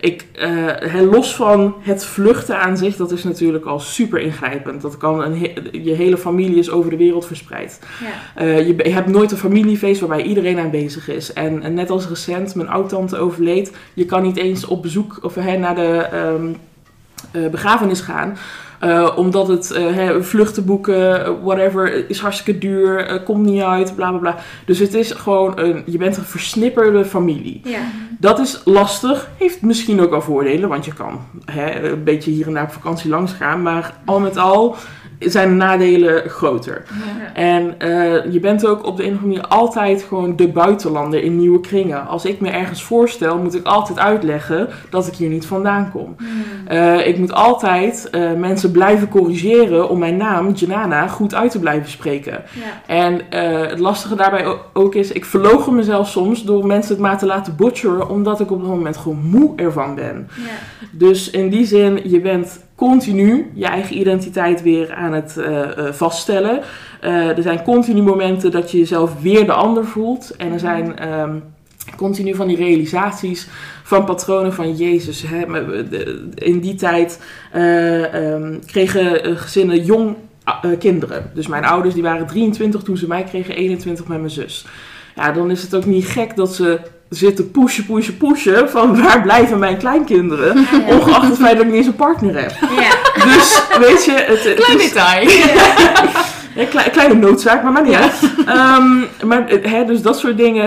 los van het vluchten aan zich, dat is natuurlijk al super ingrijpend. Dat kan je hele familie is over de wereld verspreid. Je hebt nooit een familiefeest waarbij iedereen aanwezig is. En net als recent, mijn oud-tante overleed. Je kan niet eens op bezoek of naar de begrafenis gaan. Omdat het vluchten boeken, whatever, is hartstikke duur, komt niet uit, bla bla bla. Dus het is gewoon, je bent een versnipperde familie. Dat is lastig, heeft misschien ook wel voordelen, want je kan een beetje hier en daar op vakantie langs gaan. Maar al met al zijn de nadelen groter. En je bent ook op de een of andere manier altijd gewoon de buitenlander in nieuwe kringen. Als ik me ergens voorstel, moet ik altijd uitleggen dat ik hier niet vandaan kom. Ik moet altijd mensen blijven corrigeren om mijn naam, Janana, goed uit te blijven spreken. En het lastige daarbij ook is, ik verloochen mezelf soms door mensen het maar te laten butcheren, omdat ik op dat moment gewoon moe ervan ben. Dus in die zin, je bent continu je eigen identiteit weer aan het vaststellen. Er zijn continu momenten dat je jezelf weer de ander voelt. En er zijn continu van die realisaties van patronen van Jezus. Hè. In die tijd kregen gezinnen jong kinderen. Dus mijn ouders die waren 23 toen ze mij kregen, 21 met mijn zus. Ja, dan is het ook niet gek dat ze zitten pushen van waar blijven mijn kleinkinderen, ongeacht het feit dat ik niet eens een partner heb. Ja. Dus weet je... Klein detail. Ja, kleine noodzaak, maar niet uit. Dus dat soort dingen,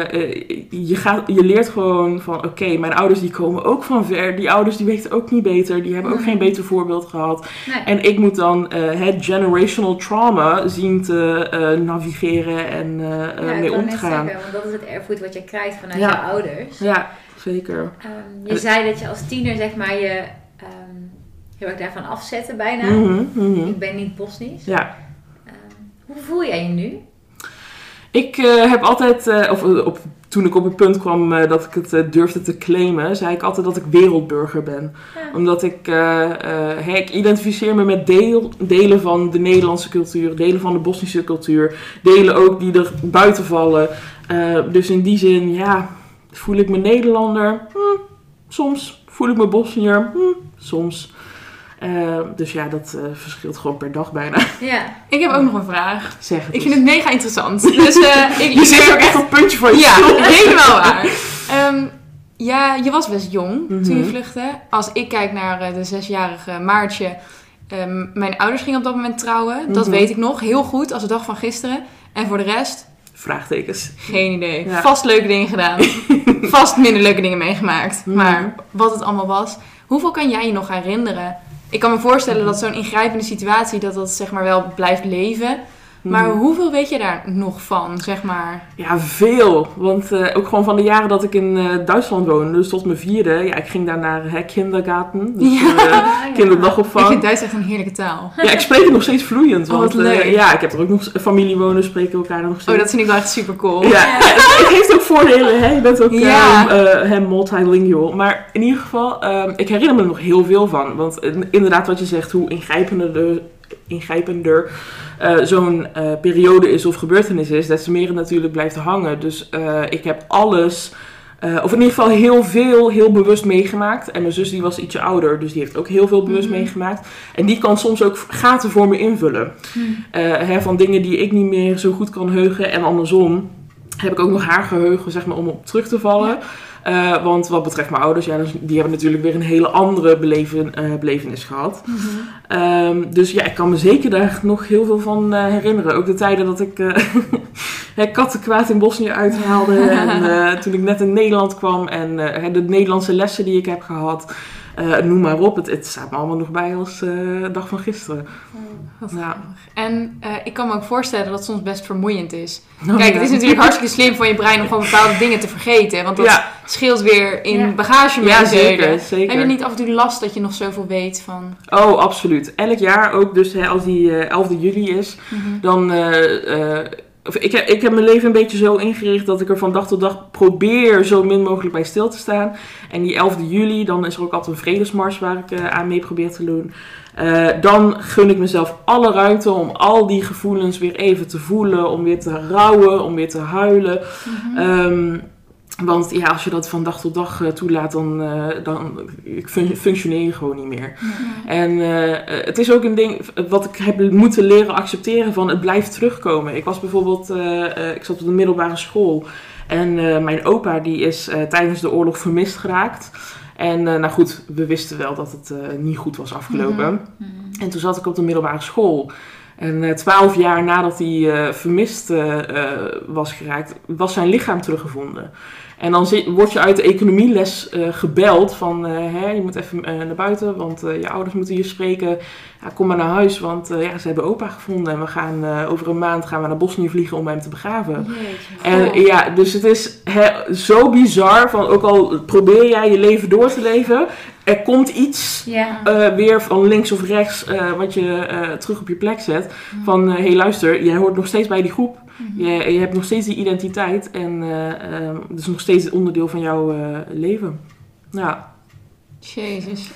je leert gewoon van oké, mijn ouders die komen ook van ver, die ouders die weten ook niet beter, die hebben ook geen beter voorbeeld gehad. Nee. En ik moet dan generational trauma zien te navigeren en mee om te gaan. Zeggen, want dat is het erfgoed wat je krijgt vanuit Ja. je ouders. Ja, zeker. Je zei dat je als tiener zeg maar je heel erg daarvan afzette bijna. Ik ben niet Bosnisch. Ja. Hoe voel jij je nu? Ik heb altijd, toen ik op het punt kwam dat ik het durfde te claimen, zei ik altijd dat ik wereldburger ben. Ja. Omdat ik identificeer me met delen van de Nederlandse cultuur, delen van de Bosnische cultuur, delen ook die er buiten vallen. Dus in die zin, ja, voel ik me Nederlander? Soms. Voel ik me Bosniër? Soms. Dus ja, dat verschilt gewoon per dag bijna. Ja. Ik heb ook nog een vraag. Zeg het Ik eens. vind het mega interessant. Dus Je zit ook echt op het puntje van je Ja, stoel. helemaal waar. Ja, je was best jong toen je Mhm. vluchtte. Als ik kijk naar de 6-jarige Maartje. Mijn ouders gingen op dat moment trouwen. Dat weet ik nog heel goed, als de dag van gisteren. En voor de rest, Vraagtekens. geen idee. Ja. Vast leuke dingen gedaan. Vast minder leuke dingen meegemaakt. Mhm. Maar wat het allemaal was. Hoeveel kan jij je nog herinneren? Ik kan me voorstellen dat zo'n ingrijpende situatie, dat zeg maar wel blijft leven. Maar hoeveel weet je daar nog van, zeg maar? Ja, veel. Want ook gewoon van de jaren dat ik in Duitsland woonde, dus tot mijn 4e. Ja, ik ging daar naar kindergarten. Dus Ik kinderdagopvang. vind Duits echt een heerlijke taal. Ja, ik spreek het nog steeds vloeiend. Oh, Want wat leuk. ja, ik heb er ook nog familie wonen, spreken elkaar nog steeds. Oh, dat vind ik wel echt super cool. Ja, het heeft ook voordelen. Hè? Je bent ook Ja. multilingual. Maar in ieder geval, ik herinner me er nog heel veel van. Want inderdaad wat je zegt, hoe ingrijpender zo'n periode is of gebeurtenis is, des te meer het natuurlijk blijft hangen. Dus ik heb alles, of in ieder geval heel veel, heel bewust meegemaakt. En mijn zus die was ietsje ouder, dus die heeft ook heel veel bewust meegemaakt. En die kan soms ook gaten voor me invullen. Van dingen die ik niet meer zo goed kan heugen en andersom heb ik ook nog haar geheugen, zeg maar, om op terug te vallen. Want wat betreft mijn ouders, ja, die hebben natuurlijk weer een hele andere belevenis gehad. Dus ja, ik kan me zeker daar nog heel veel van herinneren. Ook de tijden dat ik kattenkwaad in Bosnië uithaalde. En toen ik net in Nederland kwam. En de Nederlandse lessen die ik heb gehad. Noem maar op. Het staat me allemaal nog bij als dag van gisteren. Ja. En ik kan me ook voorstellen dat het soms best vermoeiend is. Oh, Kijk, ja. het is natuurlijk hartstikke slim van je brein om gewoon bepaalde dingen te vergeten. Want dat Ja. scheelt weer in Ja. bagage Ja, meedelen. zeker. Heb je niet af en toe last dat je nog zoveel weet van... Oh, absoluut. Elk jaar ook. Dus als die 11e juli is, dan... Ik heb mijn leven een beetje zo ingericht dat ik er van dag tot dag probeer zo min mogelijk bij stil te staan. En die 11e juli, dan is er ook altijd een vredesmars waar ik aan mee probeer te doen. Dan gun ik mezelf alle ruimte om al die gevoelens weer even te voelen, om weer te rouwen, om weer te huilen. Want ja, als je dat van dag tot dag toelaat, dan functioneer je gewoon niet meer. En het is ook een ding wat ik heb moeten leren accepteren van het blijft terugkomen. Ik was bijvoorbeeld, ik zat op de middelbare school en mijn opa die is tijdens de oorlog vermist geraakt. En nou goed, we wisten wel dat het niet goed was afgelopen. En toen zat ik op de middelbare school. En 12 jaar nadat hij vermist was geraakt, was zijn lichaam teruggevonden. En dan word je uit de economieles gebeld van je moet even naar buiten, want je ouders moeten je spreken. Ja, kom maar naar huis, want ze hebben opa gevonden en we gaan over een maand naar Bosnië vliegen om hem te begraven. En ja, dus het is zo bizar, van ook al probeer jij je leven door te leven, er komt iets weer van links of rechts wat je terug op je plek zet. Van, hey luister, jij hoort nog steeds bij die groep. Je hebt nog steeds die identiteit en het is nog steeds onderdeel van jouw leven. Ja. Jezus.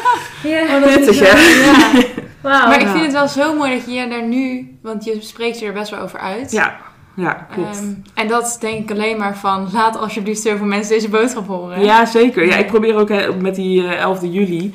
Ja. Pittig, hè? Ja. Wauw. Maar ik vind het wel zo mooi dat je daar nu... Want je spreekt je er best wel over uit. Ja, klopt. En dat denk ik alleen maar van... Laat alsjeblieft zoveel mensen deze boodschap horen. Ja, zeker. Ja, ik probeer ook met die 11 juli...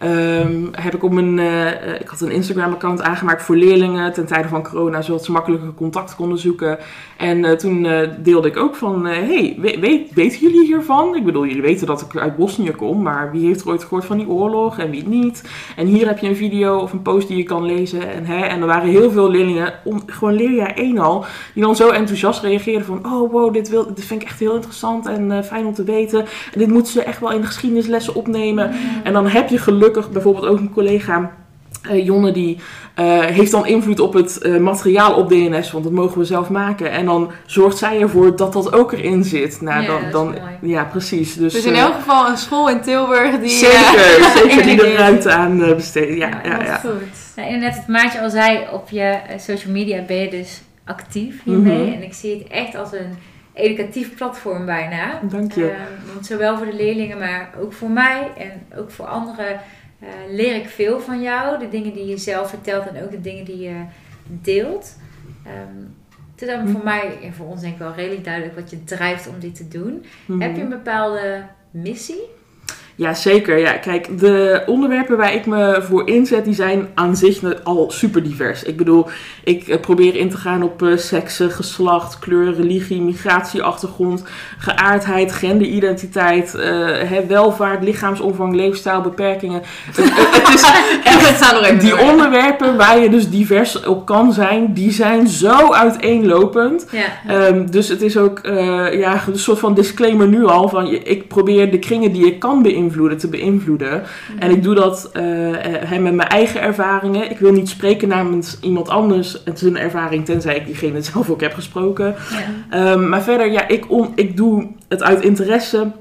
heb ik op ik had een Instagram-account aangemaakt voor leerlingen ten tijde van corona, zodat ze makkelijker contact konden zoeken. En toen deelde ik ook van, weten jullie hiervan? Ik bedoel, jullie weten dat ik uit Bosnië kom, maar wie heeft er ooit gehoord van die oorlog en wie niet? En hier heb je een video of een post die je kan lezen. En er waren heel veel leerlingen, gewoon leerjaar 1 al, die dan zo enthousiast reageerden van, oh wow, dit vind ik echt heel interessant en fijn om te weten. En dit moeten ze echt wel in de geschiedenislessen opnemen. En dan heb je gelukkig bijvoorbeeld ook een collega, Jonne, die heeft dan invloed op het materiaal op DNS, want dat mogen we zelf maken. En dan zorgt zij ervoor dat dat ook erin zit. Nou, ja, precies. Dus in elk geval een school in Tilburg die... Zeker die er ruimte aan besteedt. Ja. Goed. Nou, net wat Maartje al zei, op je social media ben je dus actief hiermee. Mm-hmm. En ik zie het echt als een educatief platform bijna. Dank je. Want zowel voor de leerlingen, maar ook voor mij en ook voor anderen leer ik veel van jou. De dingen die je zelf vertelt en ook de dingen die je deelt. Het is dan voor mij en voor ons denk ik wel redelijk duidelijk wat je drijft om dit te doen. Mm-hmm. Heb je een bepaalde missie? Ja, zeker. Ja, kijk, de onderwerpen waar ik me voor inzet, die zijn aan zich al super divers. Ik bedoel, ik probeer in te gaan op seksen, geslacht, kleur, religie, migratieachtergrond, geaardheid, genderidentiteit, welvaart, lichaamsomvang, leefstijl, beperkingen. Het is echt, die onderwerpen waar je dus divers op kan zijn, die zijn zo uiteenlopend. Ja. Dus het is ook een soort van disclaimer nu al, van ik probeer de kringen die ik kan te beïnvloeden. Mm-hmm. En ik doe dat met mijn eigen ervaringen. Ik wil niet spreken namens iemand anders. Het is een ervaring, tenzij ik diegene zelf ook heb gesproken. Ja. Maar verder, ik doe het uit interesse.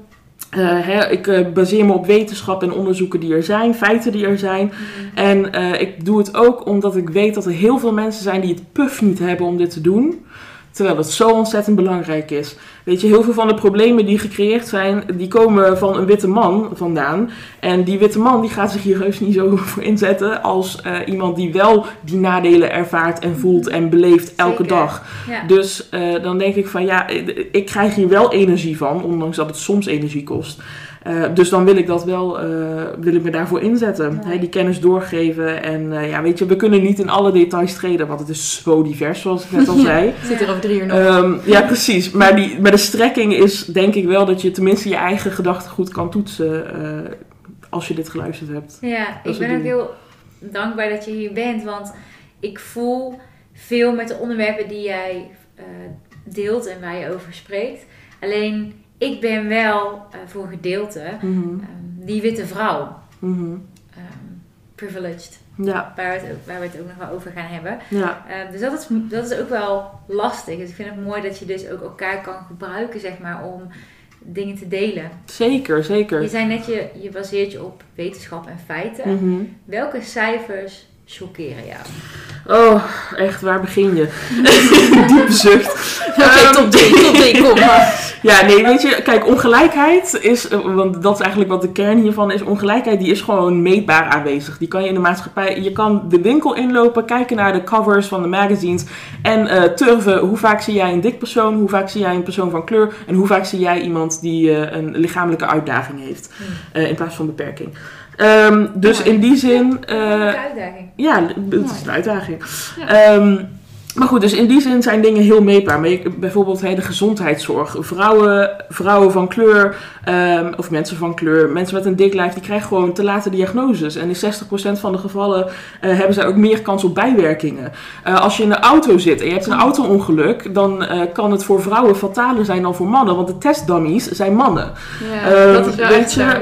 Ik baseer me op wetenschap en onderzoeken die er zijn, feiten die er zijn. Mm-hmm. En ik doe het ook omdat ik weet dat er heel veel mensen zijn die het puf niet hebben om dit te doen. Terwijl het zo ontzettend belangrijk is. Weet je, heel veel van de problemen die gecreëerd zijn, die komen van een witte man vandaan. En die witte man die gaat zich hier heus niet zo voor inzetten als iemand die wel die nadelen ervaart en voelt en beleeft elke dag. Ja. Dus dan denk ik van ik krijg hier wel energie van, ondanks dat het soms energie kost. Dus dan wil ik dat wel, wil ik me daarvoor inzetten. Die kennis doorgeven. En weet je, we kunnen niet in alle details treden, want het is zo divers, zoals ik net al zei. Zit er over 3 uur nog. Ja, precies. Maar de strekking is denk ik wel dat je tenminste je eigen gedachten goed kan toetsen als je dit geluisterd hebt. Ja, ik ben ook heel dankbaar dat je hier bent, want ik voel veel met de onderwerpen die jij deelt en waar je over spreekt. Alleen, ik ben wel voor een gedeelte die witte vrouw. Mm-hmm. Privileged. Ja. Waar we het ook nog wel over gaan hebben. Ja. Dus dat is ook wel lastig. Dus ik vind het mooi dat je dus ook elkaar kan gebruiken, zeg maar, om dingen te delen. Zeker, zeker. Je zei net, je baseert je op wetenschap en feiten. Mm-hmm. Welke cijfers chockeren jou? Oh, echt, waar begin je? Diepe zucht. Oké, top 3, kom maar. Ja, nee, weet je, kijk, ongelijkheid is, want dat is eigenlijk wat de kern hiervan is, ongelijkheid die is gewoon meetbaar aanwezig. Die kan je in de maatschappij, je kan de winkel inlopen, kijken naar de covers van de magazines en turven, hoe vaak zie jij een dik persoon, hoe vaak zie jij een persoon van kleur en hoe vaak zie jij iemand die een lichamelijke uitdaging heeft, in plaats van beperking. Dus in die zin... uitdaging. Ja, het is een uitdaging. Ja. Maar goed, dus in die zin zijn dingen heel meetbaar. Maar bijvoorbeeld de gezondheidszorg. Vrouwen van kleur, of mensen van kleur, mensen met een dik lijf, die krijgen gewoon te late diagnoses. En in 60% van de gevallen hebben zij ook meer kans op bijwerkingen. Als je in de auto zit en je hebt een auto-ongeluk, dan kan het voor vrouwen fataler zijn dan voor mannen. Want de testdummies zijn mannen. Ja, dat is wel echt zo.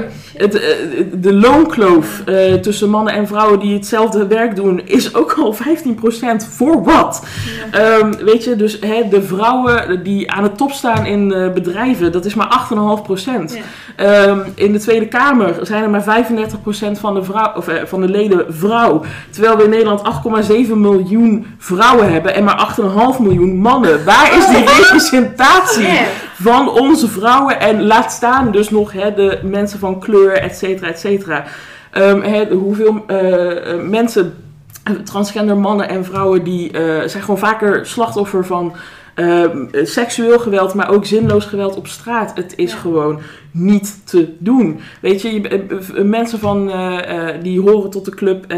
De loonkloof tussen mannen en vrouwen die hetzelfde werk doen, is ook al 15% voor wat? Ja. Weet je, dus de vrouwen die aan de top staan in bedrijven, dat is maar 8,5%. Ja. In de Tweede Kamer zijn er maar 35% van de leden vrouw. Terwijl we in Nederland 8,7 miljoen vrouwen hebben en maar 8,5 miljoen mannen. Waar is die representatie van onze vrouwen. En laat staan dus nog de mensen van kleur, et cetera, et cetera. Hoeveel mensen, transgender mannen en vrouwen, die zijn gewoon vaker slachtoffer van seksueel geweld, maar ook zinloos geweld op straat. Het is gewoon niet te doen. Weet je, mensen van die horen tot de club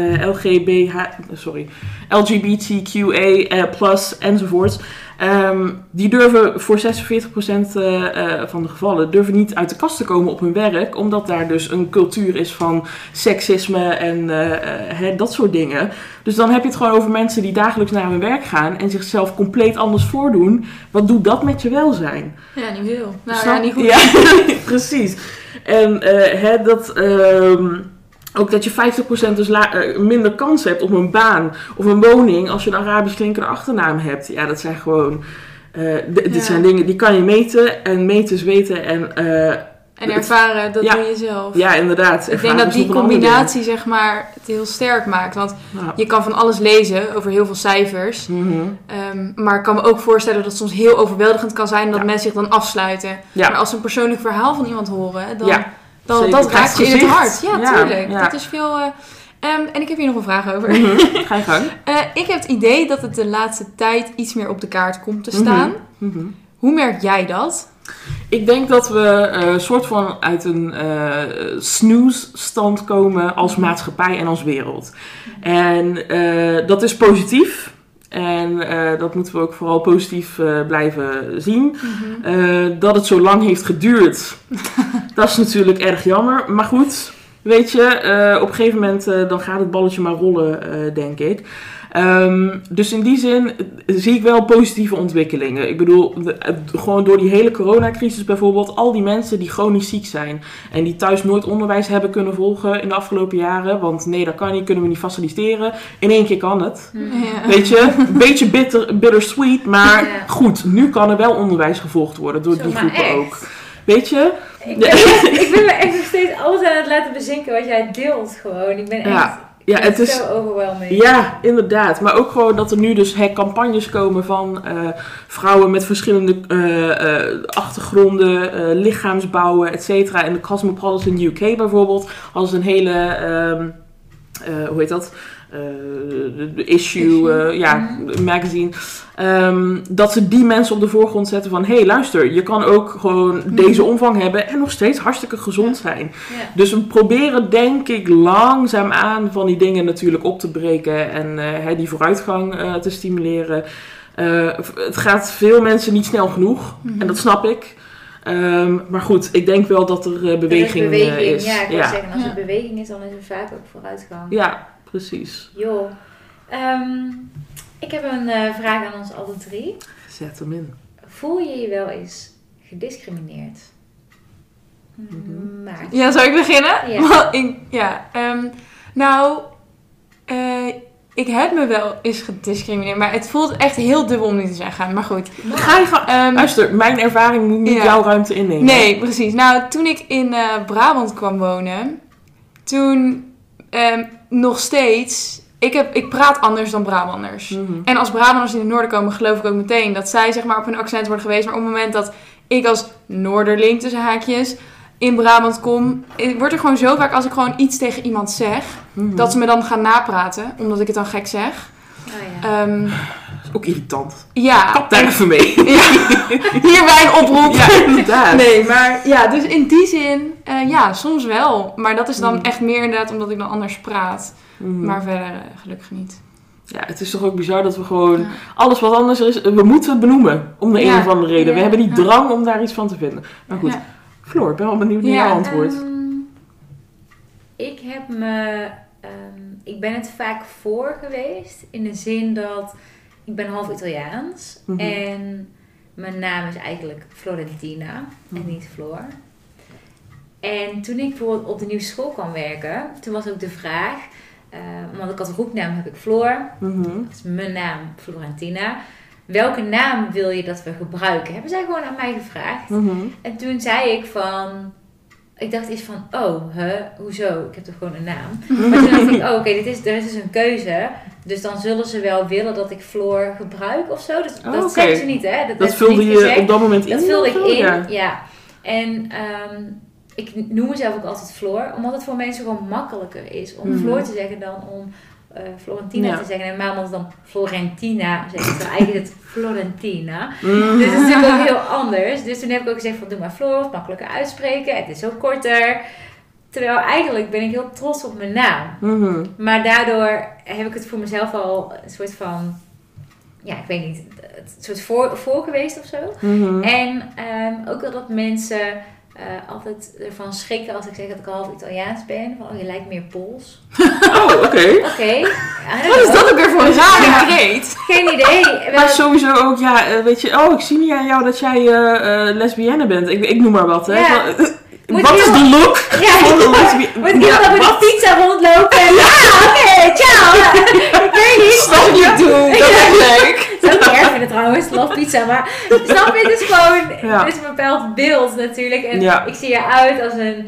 LGBTQA plus enzovoorts. Die durven voor 46% van de gevallen durven niet uit de kast te komen op hun werk, omdat daar dus een cultuur is van seksisme en dat soort dingen. Dus dan heb je het gewoon over mensen die dagelijks naar hun werk gaan en zichzelf compleet anders voordoen. Wat doet dat met je welzijn? Ja, niet veel. Nou Snap? ja, niet goed. Ja, precies. En ook dat je 50% dus minder kans hebt op een baan of een woning als je een Arabisch klinkende achternaam hebt. Ja, dat zijn gewoon... Dit zijn dingen die kan je meten en meten is weten en ervaren, dat doe je zelf. Ja, inderdaad. Ik denk dat die combinatie zeg maar het heel sterk maakt. Want je kan van alles lezen over heel veel cijfers. Mm-hmm. Maar ik kan me ook voorstellen dat het soms heel overweldigend kan zijn dat mensen zich dan afsluiten. Ja. Maar als ze een persoonlijk verhaal van iemand horen, dan dat raakt je in het hart. Ja, tuurlijk. Ja. Dat is veel... en ik heb hier nog een vraag over. Mm-hmm. Ga je gang. Ik heb het idee dat het de laatste tijd iets meer op de kaart komt te staan. Mm-hmm. Hoe merk jij dat? Ik denk dat we soort van uit een snooze-stand komen als maatschappij en als wereld. En dat is positief. En dat moeten we ook vooral positief blijven zien. Mm-hmm. Dat het zo lang heeft geduurd, dat is natuurlijk erg jammer. Maar goed, weet je, op een gegeven moment dan gaat het balletje maar rollen, denk ik. Dus in die zin zie ik wel positieve ontwikkelingen. Ik bedoel, gewoon door die hele coronacrisis bijvoorbeeld, al die mensen die chronisch ziek zijn en die thuis nooit onderwijs hebben kunnen volgen in de afgelopen jaren, want nee, dat kan niet, kunnen we niet faciliteren. In één keer kan het. Ja. Weet je, een beetje bittersweet, maar goed, nu kan er wel onderwijs gevolgd worden door die groepen echt. ook. Weet je? Ik ben me echt nog steeds alles aan het laten bezinken wat jij deelt gewoon. Ik ben echt... Ja, het is zo overwhelming. Ja, inderdaad. Maar ook gewoon dat er nu dus campagnes komen van vrouwen met verschillende achtergronden, lichaamsbouwen, et cetera. In de Cosmopolitan UK bijvoorbeeld, als een hele, hoe heet dat? De issue. Magazine. Dat ze die mensen op de voorgrond zetten van, hey, luister, je kan ook gewoon deze omvang hebben en nog steeds hartstikke gezond zijn. Ja. Dus we proberen, denk ik, langzaamaan van die dingen natuurlijk op te breken en die vooruitgang te stimuleren. Het gaat veel mensen niet snel genoeg en dat snap ik. Maar goed, ik denk wel dat er beweging is. Ja, ik wil zeggen, als er beweging is, dan is er vaak ook vooruitgang. Ja, precies. Joh. Ik heb een vraag aan ons alle drie. Zet hem in. Voel je je wel eens gediscrimineerd? Maarten. Ja, zou ik beginnen? Ja. Ik heb me wel eens gediscrimineerd, maar het voelt echt heel dubbel om niet te zeggen. Maar goed. Luister, mijn ervaring moet niet jouw ruimte innemen. Nee, precies. Nou, toen ik in Brabant kwam wonen, toen nog steeds... Ik praat anders dan Brabanders. Mm-hmm. En als Brabanders in het noorden komen, geloof ik ook meteen dat zij zeg maar op hun accent worden geweest. Maar op het moment dat ik als Noorderling tussen haakjes in Brabant kom, wordt er gewoon zo vaak als ik gewoon iets tegen iemand zeg, dat ze me dan gaan napraten, omdat ik het dan gek zeg. Oh, ja. Dat is ook irritant. Ja. Kap daar even mee. Ja. Hierbij een oproep. Ja, inderdaad. Nee, maar ja, dus in die zin, soms wel. Maar dat is dan echt meer inderdaad omdat ik dan anders praat. Maar verder gelukkig niet. Ja, het is toch ook bizar dat we gewoon alles wat anders is, we moeten benoemen. Om de een of andere reden. We hebben die drang om daar iets van te vinden. Maar goed, Floor, ik ben wel benieuwd naar jouw antwoord. Ik ben het vaak voor geweest. In de zin dat ik ben half Italiaans. En mijn naam is eigenlijk Florentina. En niet Floor. En toen ik bijvoorbeeld op de nieuwe school kwam werken, toen was ook de vraag, want ik had een groepnaam, heb ik Floor. Dat is mijn naam, Florentina. Welke naam wil je dat we gebruiken? Hebben zij gewoon aan mij gevraagd. En toen zei ik ik dacht eerst van, hoezo? Ik heb toch gewoon een naam. Maar toen dacht ik, er is dus een keuze. Dus dan zullen ze wel willen dat ik Floor gebruik of zo. Dus dat oké. zeggen ze niet, hè? Dat vulde je op dat moment in? Dat vulde ik of zo? in, ja. En ik noem mezelf ook altijd Floor, omdat het voor mensen gewoon makkelijker is om Floor te zeggen dan om Florentina te zeggen. En normaal omdat het dan Florentina zeggen ze, eigenlijk is het Florentina. Dus dat is natuurlijk ook heel anders. Dus toen heb ik ook gezegd van doe maar Floor, het makkelijker uitspreken, het is ook korter. Terwijl eigenlijk ben ik heel trots op mijn naam. Maar daardoor heb ik het voor mezelf al een soort van, ja, ik weet niet, een soort voor geweest of zo. En ook wel dat mensen altijd ervan schrikken als ik zeg dat ik half Italiaans ben. Van, je lijkt meer Pools. Oké. Wat is dat ook weer voor een rare kreet? Geen idee. Maar sowieso ook, weet je, ik zie niet aan jou dat jij lesbienne bent. Ik noem maar wat, hè. Ja. Wat is de look? Moet ik heel dat met een pizza rondlopen? Oké, ciao. Ik weet niet. Wat je doet, dat is leuk. Dat zou ik erg vinden trouwens, love pizza. Maar snap je, het is gewoon het is een bepaald beeld natuurlijk. En ik zie eruit als een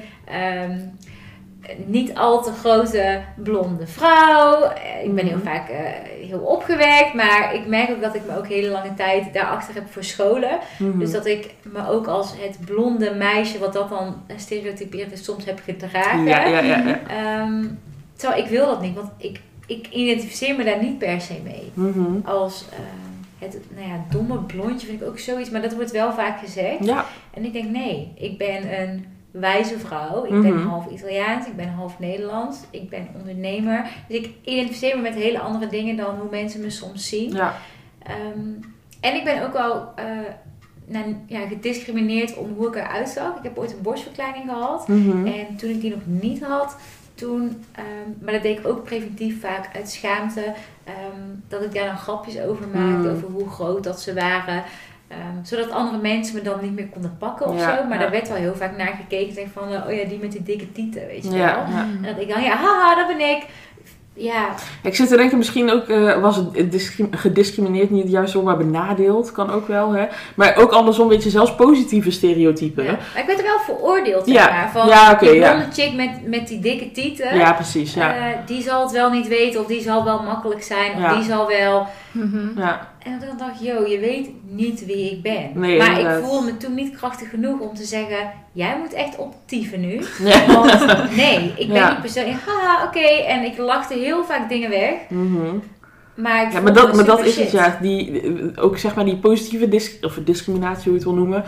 niet al te grote blonde vrouw. Ik ben heel vaak heel opgewekt. Maar ik merk ook dat ik me ook hele lange tijd daarachter heb verscholen. Dus dat ik me ook als het blonde meisje, wat dat dan stereotypeerd is, soms heb gedragen. Terwijl ik wil dat niet, want ik identificeer me daar niet per se mee. Als het domme blondje vind ik ook zoiets, maar dat wordt wel vaak gezegd. Ja. En ik denk nee, ik ben een wijze vrouw. Ik ben half Italiaans, ik ben half Nederlands, ik ben ondernemer. Dus ik identificeer me met hele andere dingen dan hoe mensen me soms zien. Ja. En ik ben ook wel gediscrimineerd om hoe ik eruit zag. Ik heb ooit een borstverkleining gehad. En toen ik die nog niet had, maar dat deed ik ook preventief vaak uit schaamte. Dat ik daar dan grapjes over maakte, over hoe groot dat ze waren. Zodat andere mensen me dan niet meer konden pakken of zo. Maar daar werd wel heel vaak naar gekeken. Denk van, die met die dikke tieten, weet je wel. Ja. En dat ik dan, haha, dat ben ik. Ja. Ik zit te denken, misschien ook was het gediscrimineerd niet juist maar benadeeld. Kan ook wel, hè. Maar ook andersom, weet je, zelfs positieve stereotypen. Ja. Maar ik werd er wel veroordeeld, zeg maar. Van die blonde chick met die dikke tieten. Ja, precies, die zal het wel niet weten. Of die zal wel makkelijk zijn. Of die zal wel... En dan dacht ik, je weet niet wie ik ben. Nee, maar inderdaad. Ik voelde me toen niet krachtig genoeg om te zeggen, jij moet echt optieven nu. Ja. Want nee, ik ben niet persoonlijk, oké. En ik lachte heel vaak dingen weg. Maar dat is het, ook zeg maar die positieve discriminatie, hoe je het wil noemen.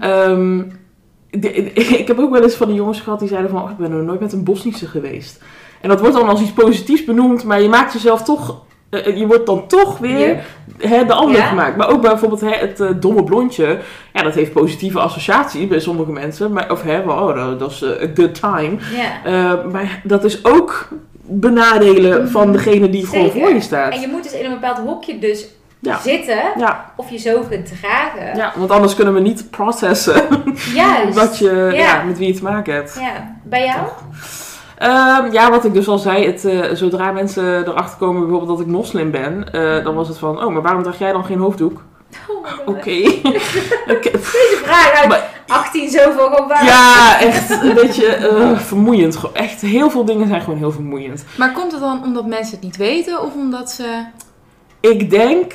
Ik heb ook wel eens van die jongens gehad die zeiden van, ik ben nog nooit met een Bosnische geweest. En dat wordt dan als iets positiefs benoemd, maar je maakt jezelf toch... je wordt dan toch weer de ander gemaakt. Maar ook bijvoorbeeld het domme blondje. Ja, dat heeft positieve associaties bij sommige mensen. Maar, dat is a good time. Maar dat is ook benadelen van degene die gewoon voor je staat. En je moet dus in een bepaald hokje zitten. Ja. Of je zo gedragen. Ja, want anders kunnen we niet processen. Wat je, met wie je te maken hebt. Ja. Bij jou? Wat ik dus al zei, zodra mensen erachter komen bijvoorbeeld dat ik moslim ben, dan was het van, maar waarom draag jij dan geen hoofddoek? Oké. Deze vraag uit 18 zoveel gewoon. Ja, echt een beetje vermoeiend. Echt, heel veel dingen zijn gewoon heel vermoeiend. Maar komt het dan omdat mensen het niet weten of omdat ze... Ik denk,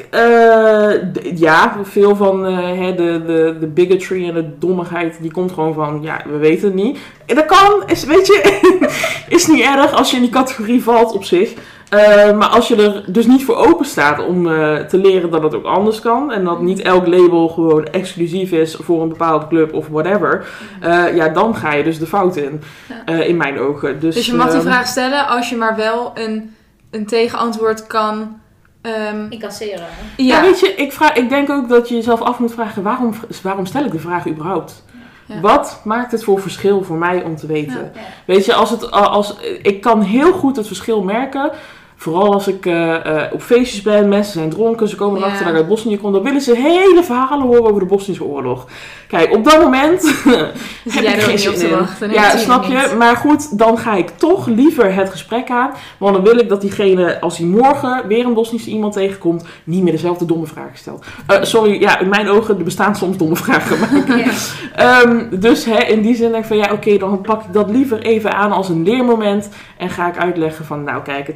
veel van de bigotry en de dommigheid, die komt gewoon van, we weten het niet. En dat kan, is niet erg als je in die categorie valt op zich. Maar als je er dus niet voor open staat om te leren dat het ook anders kan. En dat niet elk label gewoon exclusief is voor een bepaalde club of whatever. Dan ga je dus de fout in. In mijn ogen. Dus je mag die vraag stellen als je maar wel een tegenantwoord kan... incasseren. Ja, weet je, ik denk ook dat je jezelf af moet vragen, waarom stel ik de vraag überhaupt? Ja. Wat maakt het voor verschil voor mij om te weten? Ja. Weet je, ik kan heel goed het verschil merken. Vooral als ik op feestjes ben, mensen zijn dronken, ze komen erachter dat ik uit Bosnië kom, dan willen ze hele verhalen horen over de Bosnische oorlog. Kijk, op dat moment heb ik geen zin in. Wachten, nee, snap je? Niet. Maar goed, dan ga ik toch liever het gesprek aan, want dan wil ik dat diegene, als hij morgen weer een Bosnische iemand tegenkomt, niet meer dezelfde domme vragen stelt. In mijn ogen, er bestaan soms domme vragen. Dus in die zin denk ik van, dan pak ik dat liever even aan als een leermoment en ga ik uitleggen van, kijk, het zit zo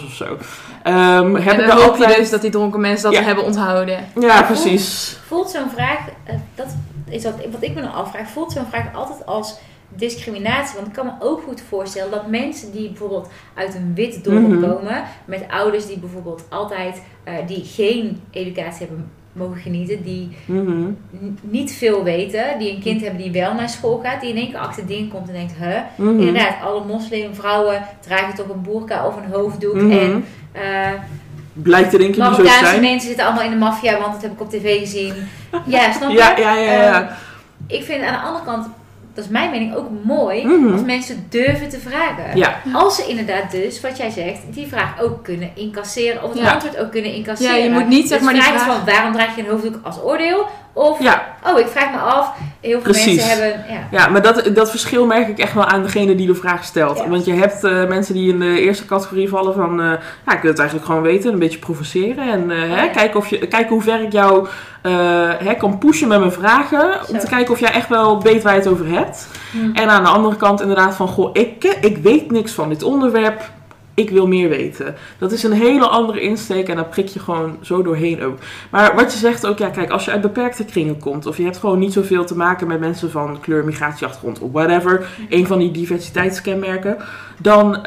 of zo. En dan hoop je dus dat die dronken mensen dat hebben onthouden. Ja, precies. Voelt zo'n vraag, dat is wat ik me dan afvraag, voelt zo'n vraag altijd als discriminatie? Want ik kan me ook goed voorstellen dat mensen die bijvoorbeeld uit een wit dorp komen, met ouders die bijvoorbeeld altijd, die geen educatie hebben mogen genieten, die niet veel weten, die een kind hebben die wel naar school gaat, die in één keer achter dingen komt en denkt, inderdaad, alle moslimvrouwen dragen toch een burka of een hoofddoek en blijkt er denk ik niet zo te Marokkaanse zijn. mensen zitten allemaal in de maffia, want dat heb ik op tv gezien. Ja, snap je? Ja. Ik vind aan de andere kant, dat is mijn mening, ook mooi als mensen durven te vragen. Ja. Als ze inderdaad dus, wat jij zegt, die vraag ook kunnen incasseren. Of het antwoord ook kunnen incasseren. Ja, je moet niet zeg maar die vraag van waarom draag je een hoofddoek als oordeel? Of, ik vraag me af, heel veel mensen hebben... Ja, maar dat verschil merk ik echt wel aan degene die de vraag stelt. Ja. Want je hebt mensen die in de eerste categorie vallen van... ik wil het eigenlijk gewoon weten, een beetje provoceren. En kijken hoe ver ik jou kan pushen met mijn vragen. Om te kijken of jij echt wel weet waar je het over hebt. En aan de andere kant inderdaad van... ik weet niks van dit onderwerp. Ik wil meer weten. Dat is een hele andere insteek en daar prik je gewoon zo doorheen ook. Maar wat je zegt ook, kijk, als je uit beperkte kringen komt... of je hebt gewoon niet zoveel te maken met mensen van kleur, migratieachtergrond of whatever... een van die diversiteitskenmerken... dan,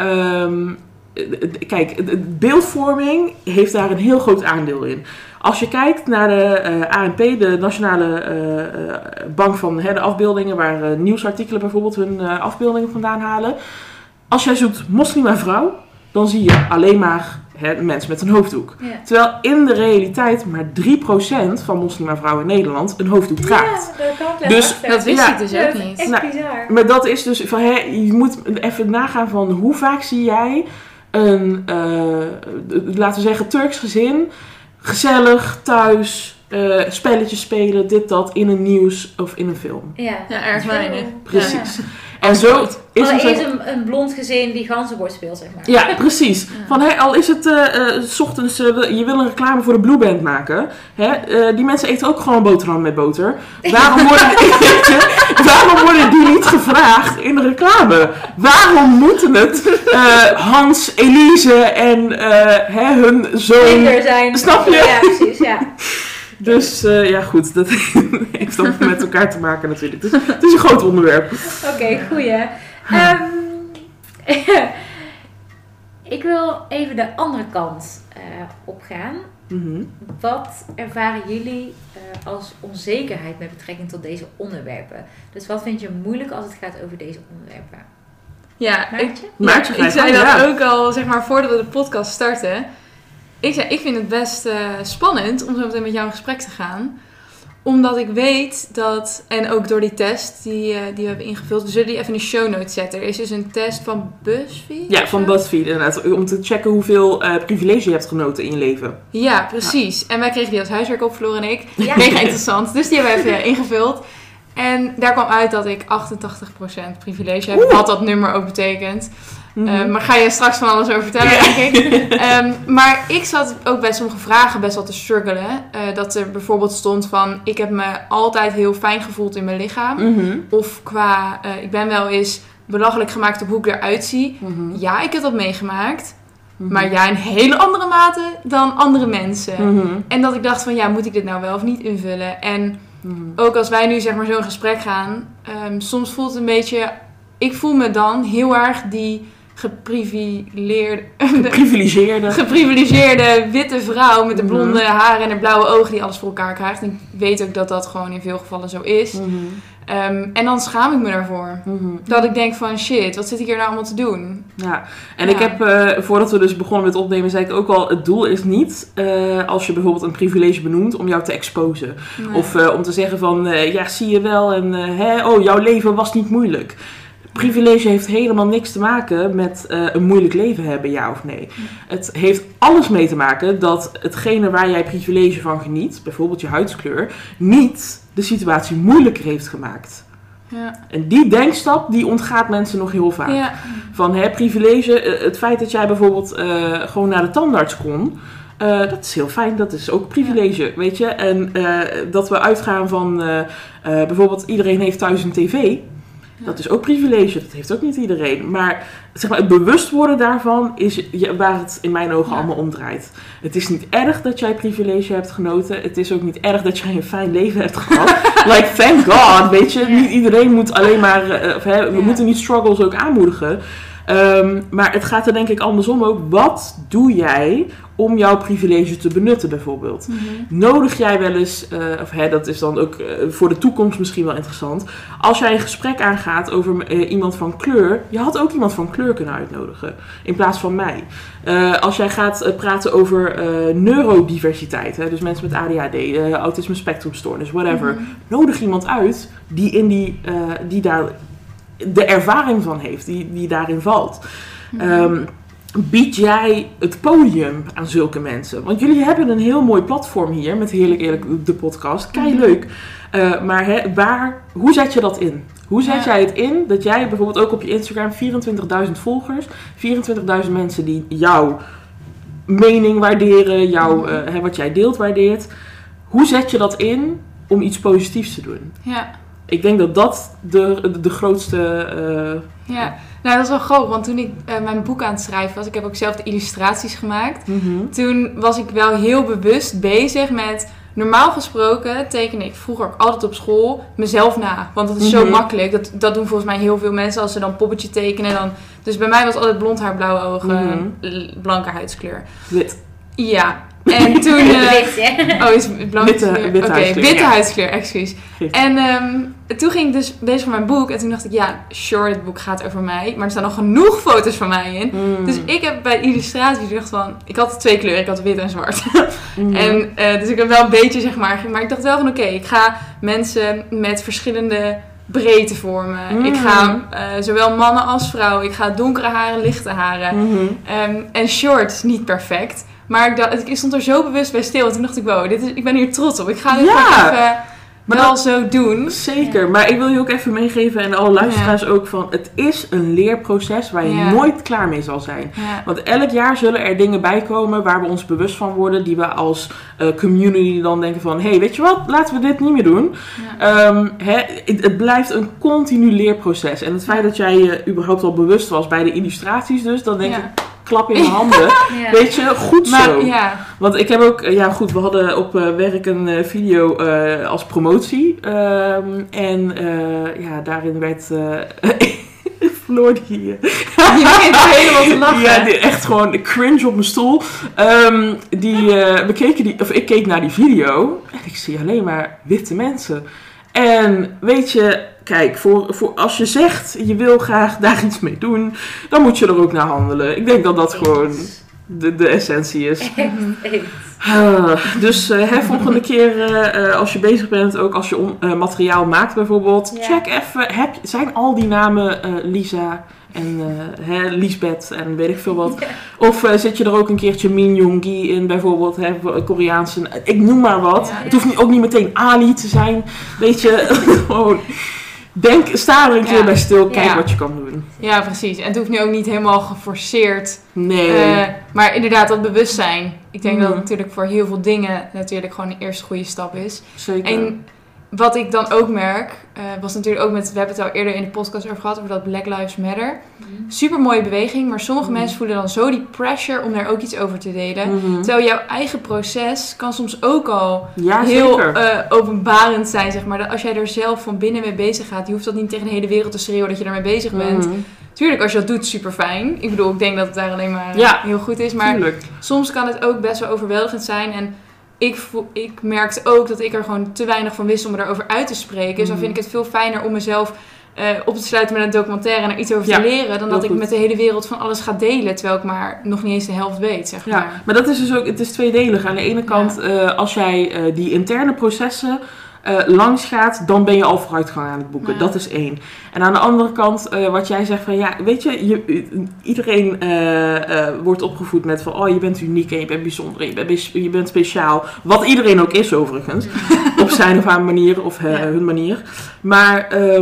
beeldvorming heeft daar een heel groot aandeel in. Als je kijkt naar de ANP, de Nationale Bank van de afbeeldingen... waar nieuwsartikelen bijvoorbeeld hun afbeeldingen vandaan halen... Als jij zoekt moslima vrouw, dan zie je alleen maar mensen met een hoofddoek. Ja. Terwijl in de realiteit maar 3% van moslima vrouwen in Nederland een hoofddoek draagt. Ja, dat kan ik dus dat wist ik dus ook niet. Echt bizar. Maar dat is dus van, je moet even nagaan van hoe vaak zie jij een, laten we zeggen, Turks gezin, gezellig, thuis, spelletjes spelen, dit, dat, in een nieuws of in een film. Ja, erg weinig. Precies. Ja. En zo is het een blond gezin die ganzenbord speelt, zeg maar. Ja, precies. Van, al is het 's ochtends, je wil een reclame voor de Blue Band maken. Die mensen eten ook gewoon boterham met boter. Waarom worden die niet gevraagd in de reclame? Waarom moeten het Hans, Elise en hun zoon... zijn. Snap je? Ja, precies, ja. Dus goed, dat heeft ook met elkaar te maken natuurlijk. Het is een groot onderwerp. Oké, goeie. Ik wil even de andere kant opgaan. Wat ervaren jullie als onzekerheid met betrekking tot deze onderwerpen? Dus wat vind je moeilijk als het gaat over deze onderwerpen? Ja, Maartje? Ik zei dat ook al, zeg maar, voordat we de podcast starten. Ik vind het best spannend om zo meteen met jou in gesprek te gaan. Omdat ik weet dat, en ook door die test die we hebben ingevuld, we zullen die even in de show notes zetten. Er is dus een test van BuzzFeed. Ja, van BuzzFeed inderdaad. Om te checken hoeveel privilege je hebt genoten in je leven. Ja, precies. Ja. En wij kregen die als huiswerk op, Floor en ik. Ja. Mega interessant. Dus die hebben we even ingevuld. En daar kwam uit dat ik 88% privilege heb. Wat dat nummer ook betekent. Maar ga je straks van alles over vertellen, denk ik. Maar ik zat ook bij sommige vragen best wel te struggelen. Dat er bijvoorbeeld stond van... Ik heb me altijd heel fijn gevoeld in mijn lichaam. Of qua... ik ben wel eens belachelijk gemaakt op hoe ik eruit zie. Ja, ik heb dat meegemaakt. Maar ja, in hele andere mate dan andere mensen. En dat ik dacht van... Ja, moet ik dit nou wel of niet invullen? En ook als wij nu zeg maar zo in gesprek gaan... soms voelt het een beetje... Ik voel me dan heel erg die... geprivilegeerde witte vrouw met de blonde haren en de blauwe ogen die alles voor elkaar krijgt. En ik weet ook dat dat gewoon in veel gevallen zo is. En dan schaam ik me daarvoor. Dat ik denk van shit, wat zit ik hier nou allemaal te doen? Ja, en ik heb, voordat we dus begonnen met opnemen, zei ik ook al, het doel is niet, als je bijvoorbeeld een privilege benoemt, om jou te exposen. Nee. Of om te zeggen van, ja, zie je wel en jouw leven was niet moeilijk. Privilege heeft helemaal niks te maken met een moeilijk leven hebben, ja of nee. Het heeft alles mee te maken dat hetgene waar jij privilege van geniet, bijvoorbeeld je huidskleur, niet de situatie moeilijker heeft gemaakt. Ja. En die denkstap, die ontgaat mensen nog heel vaak. Ja. Van privilege, het feit dat jij bijvoorbeeld gewoon naar de tandarts kon, dat is heel fijn, dat is ook privilege, weet je. En dat we uitgaan van bijvoorbeeld iedereen heeft thuis een tv. Dat is ook privilege, dat heeft ook niet iedereen. Maar zeg maar, het bewust worden daarvan is waar het in mijn ogen allemaal om draait. Het is niet erg dat jij privilege hebt genoten. Het is ook niet erg dat jij een fijn leven hebt gehad. Like, thank God, weet je. Niet iedereen moet alleen maar... we moeten niet struggles ook aanmoedigen. Maar het gaat er denk ik andersom ook. Wat doe jij om jouw privilege te benutten bijvoorbeeld? Nodig jij wel eens, dat is dan ook voor de toekomst misschien wel interessant. Als jij een gesprek aangaat over iemand van kleur, je had ook iemand van kleur kunnen uitnodigen. In plaats van mij. Als jij gaat praten over neurodiversiteit, dus mensen met ADHD, autisme spectrumstoornis, whatever. Nodig iemand uit die daar de ervaring van heeft, die daarin valt. Bied jij het podium aan zulke mensen? Want jullie hebben een heel mooi platform hier met Heerlijk Eerlijk, de podcast. Kei leuk. Maar hoe zet je dat in? Hoe zet jij het in dat jij bijvoorbeeld ook op je Instagram 24.000 volgers, 24.000 mensen die jouw mening waarderen, wat jij deelt waardeert. Hoe zet je dat in om iets positiefs te doen? Ja. Ik denk dat de grootste... Nou, dat is wel grappig, want toen ik mijn boek aan het schrijven was, ik heb ook zelf de illustraties gemaakt. Toen was ik wel heel bewust bezig met, normaal gesproken teken ik vroeger ook altijd op school mezelf na. Want dat is zo makkelijk, dat doen volgens mij heel veel mensen als ze dan poppetje tekenen. Dus bij mij was altijd blond haar, blauwe ogen, blanke huidskleur. Wit. Ja. En toen... is blanke witte huidskleur, excuus. En toen ging ik dus bezig met mijn boek. En toen dacht ik, sure, het boek gaat over mij. Maar er staan nog genoeg foto's van mij in. Dus ik heb bij illustraties gedacht van... Ik had 2 kleuren, ik had wit en zwart. En dus ik heb wel een beetje, zeg maar... Maar ik dacht wel van, oké, ik ga mensen met verschillende breedte vormen. Ik ga zowel mannen als vrouwen. Ik ga donkere haren, lichte haren. En short is niet perfect. Maar ik stond er zo bewust bij stil. En toen dacht ik, wow, ik ben hier trots op. Ik ga dit even wel zo doen. Zeker. Maar ik wil je ook even meegeven. En alle luisteraars ook van. Het is een leerproces waar je nooit klaar mee zal zijn. Ja. Want elk jaar zullen er dingen bij komen waar we ons bewust van worden. Die we als community dan denken van. Hey, weet je wat? Laten we dit niet meer doen. Ja. Het blijft een continu leerproces. En het feit dat jij je überhaupt al bewust was bij de illustraties dus. Dan denk ik... klap in mijn handen. Weet je, goed zo. Ja. Want ik heb ook, we hadden op werk een video als promotie. Daarin werd Floor die begint helemaal te lachen. Ja, echt gewoon cringe op mijn stoel. Ik keek naar die video en ik zie alleen maar witte mensen. En weet je, kijk, voor als je zegt je wil graag daar iets mee doen, dan moet je er ook naar handelen. Ik denk dat dat gewoon de essentie is. Dus volgende keer als je bezig bent, ook als je materiaal maakt bijvoorbeeld, check even, zijn al die namen Lisa en Lisbeth en weet ik veel wat. Of zit je er ook een keertje Min Young-gi in bijvoorbeeld, Koreaanse, ik noem maar wat. Het hoeft ook niet meteen Ali te zijn, weet je, gewoon... Sta er een keer bij stil, kijk wat je kan doen. Ja, precies. En het hoeft nu ook niet helemaal geforceerd. Nee. Maar inderdaad, dat bewustzijn. Ik denk dat het natuurlijk voor heel veel dingen natuurlijk gewoon de eerste goede stap is. Zeker. En wat ik dan ook merk, was natuurlijk ook we hebben het al eerder in de podcast over gehad, over dat Black Lives Matter. Super mooie beweging, maar sommige mensen voelen dan zo die pressure om daar ook iets over te delen. Terwijl jouw eigen proces kan soms ook al heel openbarend zijn, zeg maar. Dat als jij er zelf van binnen mee bezig gaat, je hoeft dat niet tegen de hele wereld te schreeuwen dat je daarmee bezig bent. Tuurlijk, als je dat doet, super fijn. Ik bedoel, ik denk dat het daar alleen maar heel goed is. Maar soms kan het ook best wel overweldigend zijn. En ik merkte ook dat ik er gewoon te weinig van wist om me daarover uit te spreken. Dus dan vind ik het veel fijner om mezelf op te sluiten met een documentaire en er iets over te leren. Dan dat ik met de hele wereld van alles ga delen. Terwijl ik maar nog niet eens de helft weet, zeg maar. Ja, maar dat is dus ook, het is tweedelig. Aan de ene kant, als jij die interne processen langs gaat, dan ben je al vooruitgang aan het boeken. Dat is 1. En aan de andere kant, wat jij zegt van, weet je, iedereen wordt opgevoed met van, je bent uniek en je bent bijzonder, je bent speciaal. Wat iedereen ook is overigens. Op zijn of haar manier of hun manier. Maar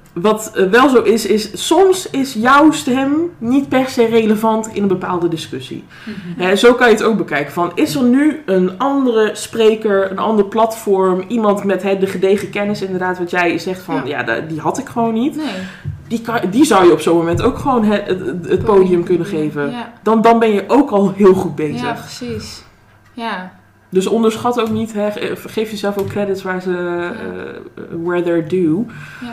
wat wel zo is soms is jouw stem niet per se relevant in een bepaalde discussie. Zo kan je het ook bekijken. Van, is er nu een andere spreker, een ander platform, iemand met de gedegen kennis inderdaad, wat jij zegt van, die had ik gewoon niet. Nee. Die zou je op zo'n moment ook gewoon het podium kunnen geven. Ja. Dan ben je ook al heel goed bezig. Ja, precies. Ja. Dus onderschat ook niet, geef jezelf ook credits waar ze, where they're due.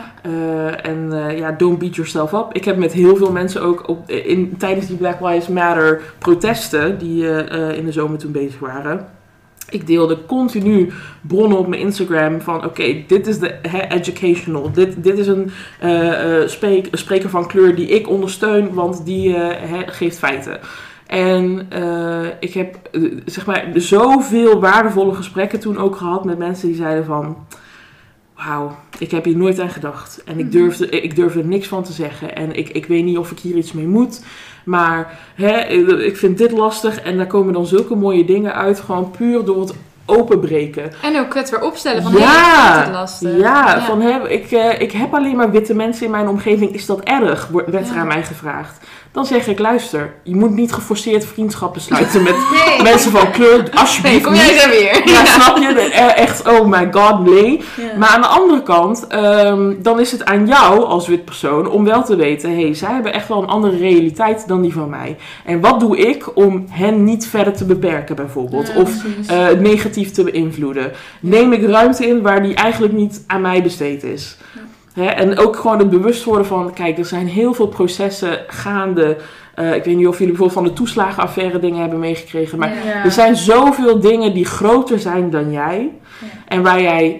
Ja. Don't beat yourself up. Ik heb met heel veel mensen ook tijdens die Black Lives Matter protesten, die in de zomer toen bezig waren. Ik deelde continu bronnen op mijn Instagram van oké, dit is de educational. Dit is een spreker van kleur die ik ondersteun, want die geeft feiten. En ik heb zeg maar zoveel waardevolle gesprekken toen ook gehad met mensen die zeiden van, wauw, ik heb hier nooit aan gedacht. En ik durfde er niks van te zeggen. En ik weet niet of ik hier iets mee moet. Maar ik vind dit lastig. En daar komen dan zulke mooie dingen uit. Gewoon puur door het openbreken. En ook kwetsbaar opstellen van, ik vind het lastig. Ja, van ik heb alleen maar witte mensen in mijn omgeving. Is dat erg? Werd er aan mij gevraagd. Dan zeg ik, luister, je moet niet geforceerd vriendschappen sluiten met mensen van kleur. Alsjeblieft. Nee, kom jij er weer. Ja, snap je? Echt, oh my god, nee. Ja. Maar aan de andere kant, dan is het aan jou als wit persoon om wel te weten, zij hebben echt wel een andere realiteit dan die van mij. En wat doe ik om hen niet verder te beperken bijvoorbeeld? Ja, of negatief te beïnvloeden? Neem ik ruimte in waar die eigenlijk niet aan mij besteed is? En ook gewoon het bewust worden van, kijk, er zijn heel veel processen gaande. Ik weet niet of jullie bijvoorbeeld van de toeslagenaffaire dingen hebben meegekregen. Maar er zijn zoveel dingen die groter zijn dan jij. Ja. En waar jij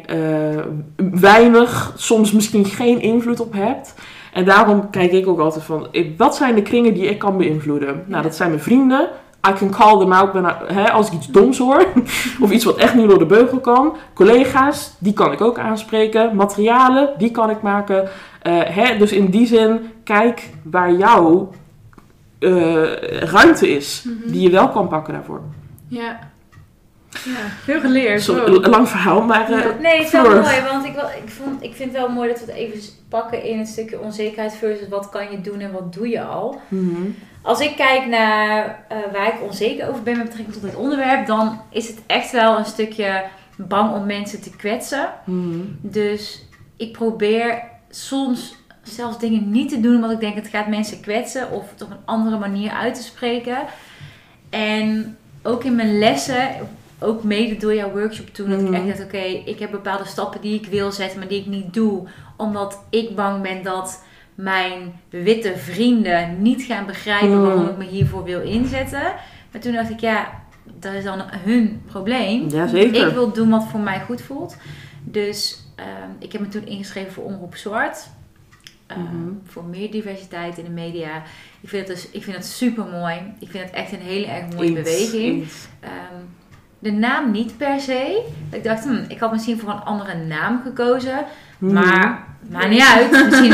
weinig, soms misschien geen invloed op hebt. En daarom kijk ik ook altijd van, wat zijn de kringen die ik kan beïnvloeden? Nou, dat zijn mijn vrienden. I can call them out als ik iets doms hoor. Of iets wat echt niet door de beugel kan. Collega's, die kan ik ook aanspreken. Materialen, die kan ik maken. Dus in die zin, kijk waar jouw ruimte is. Die je wel kan pakken daarvoor. Ja. Veel geleerd. Een lang verhaal, maar... nee, het is wel mooi. Want ik vind het wel mooi dat we het even pakken in het stukje onzekerheid versus wat kan je doen en wat doe je al. Als ik kijk naar waar ik onzeker over ben met betrekking tot dit onderwerp, dan is het echt wel een stukje bang om mensen te kwetsen. Dus ik probeer soms zelfs dingen niet te doen omdat ik denk het gaat mensen kwetsen of het op een andere manier uit te spreken. En ook in mijn lessen, ook mede door jouw workshop toen, dat ik echt dacht, oké, ik heb bepaalde stappen die ik wil zetten, maar die ik niet doe, omdat ik bang ben dat mijn witte vrienden niet gaan begrijpen waarom ik me hiervoor wil inzetten. Maar toen dacht ik, dat is dan hun probleem. Ja, zeker. Ik wil doen wat voor mij goed voelt. Dus ik heb me toen ingeschreven voor Omroep Zwart. Voor meer diversiteit in de media. Ik vind het super mooi. Ik vind het echt een hele erg mooie beweging. De naam niet per se. Ik dacht, ik had misschien voor een andere naam gekozen. Maar maakt niet uit. Misschien,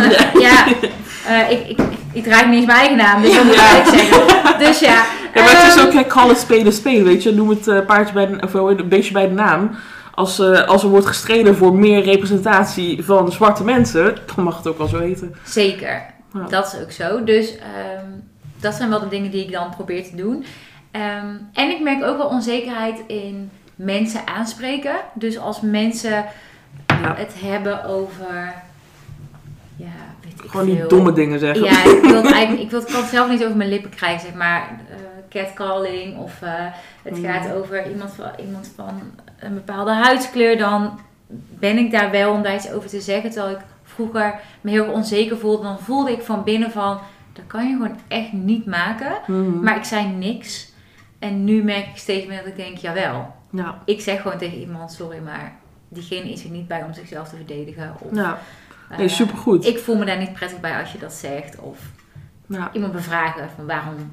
ik draai niet eens mijn eigen naam. Dus dat moet ik zeggen. Dus ja. Maar het is ook call it spade, weet je. Noem het paardje een beestje bij de naam. Als er wordt gestreden voor meer representatie van zwarte mensen, dan mag het ook wel zo heten. Zeker. Ja. Dat is ook zo. Dus dat zijn wel de dingen die ik dan probeer te doen. En ik merk ook wel onzekerheid in mensen aanspreken. Dus als mensen het hebben over... Gewoon die domme dingen zeggen. Ja, ik wil het zelf niet over mijn lippen krijgen, zeg maar. Catcalling of het gaat over iemand van een bepaalde huidskleur. Dan ben ik daar wel om daar iets over te zeggen. Terwijl ik vroeger me heel onzeker voelde. Dan voelde ik van binnen van, dat kan je gewoon echt niet maken. Maar ik zei niks. En nu merk ik steeds meer dat ik denk, jawel. Ja. Ik zeg gewoon tegen iemand, sorry, maar diegene is er niet bij om zichzelf te verdedigen. Of, nee, supergoed. Ik voel me daar niet prettig bij als je dat zegt. Of iemand bevragen van waarom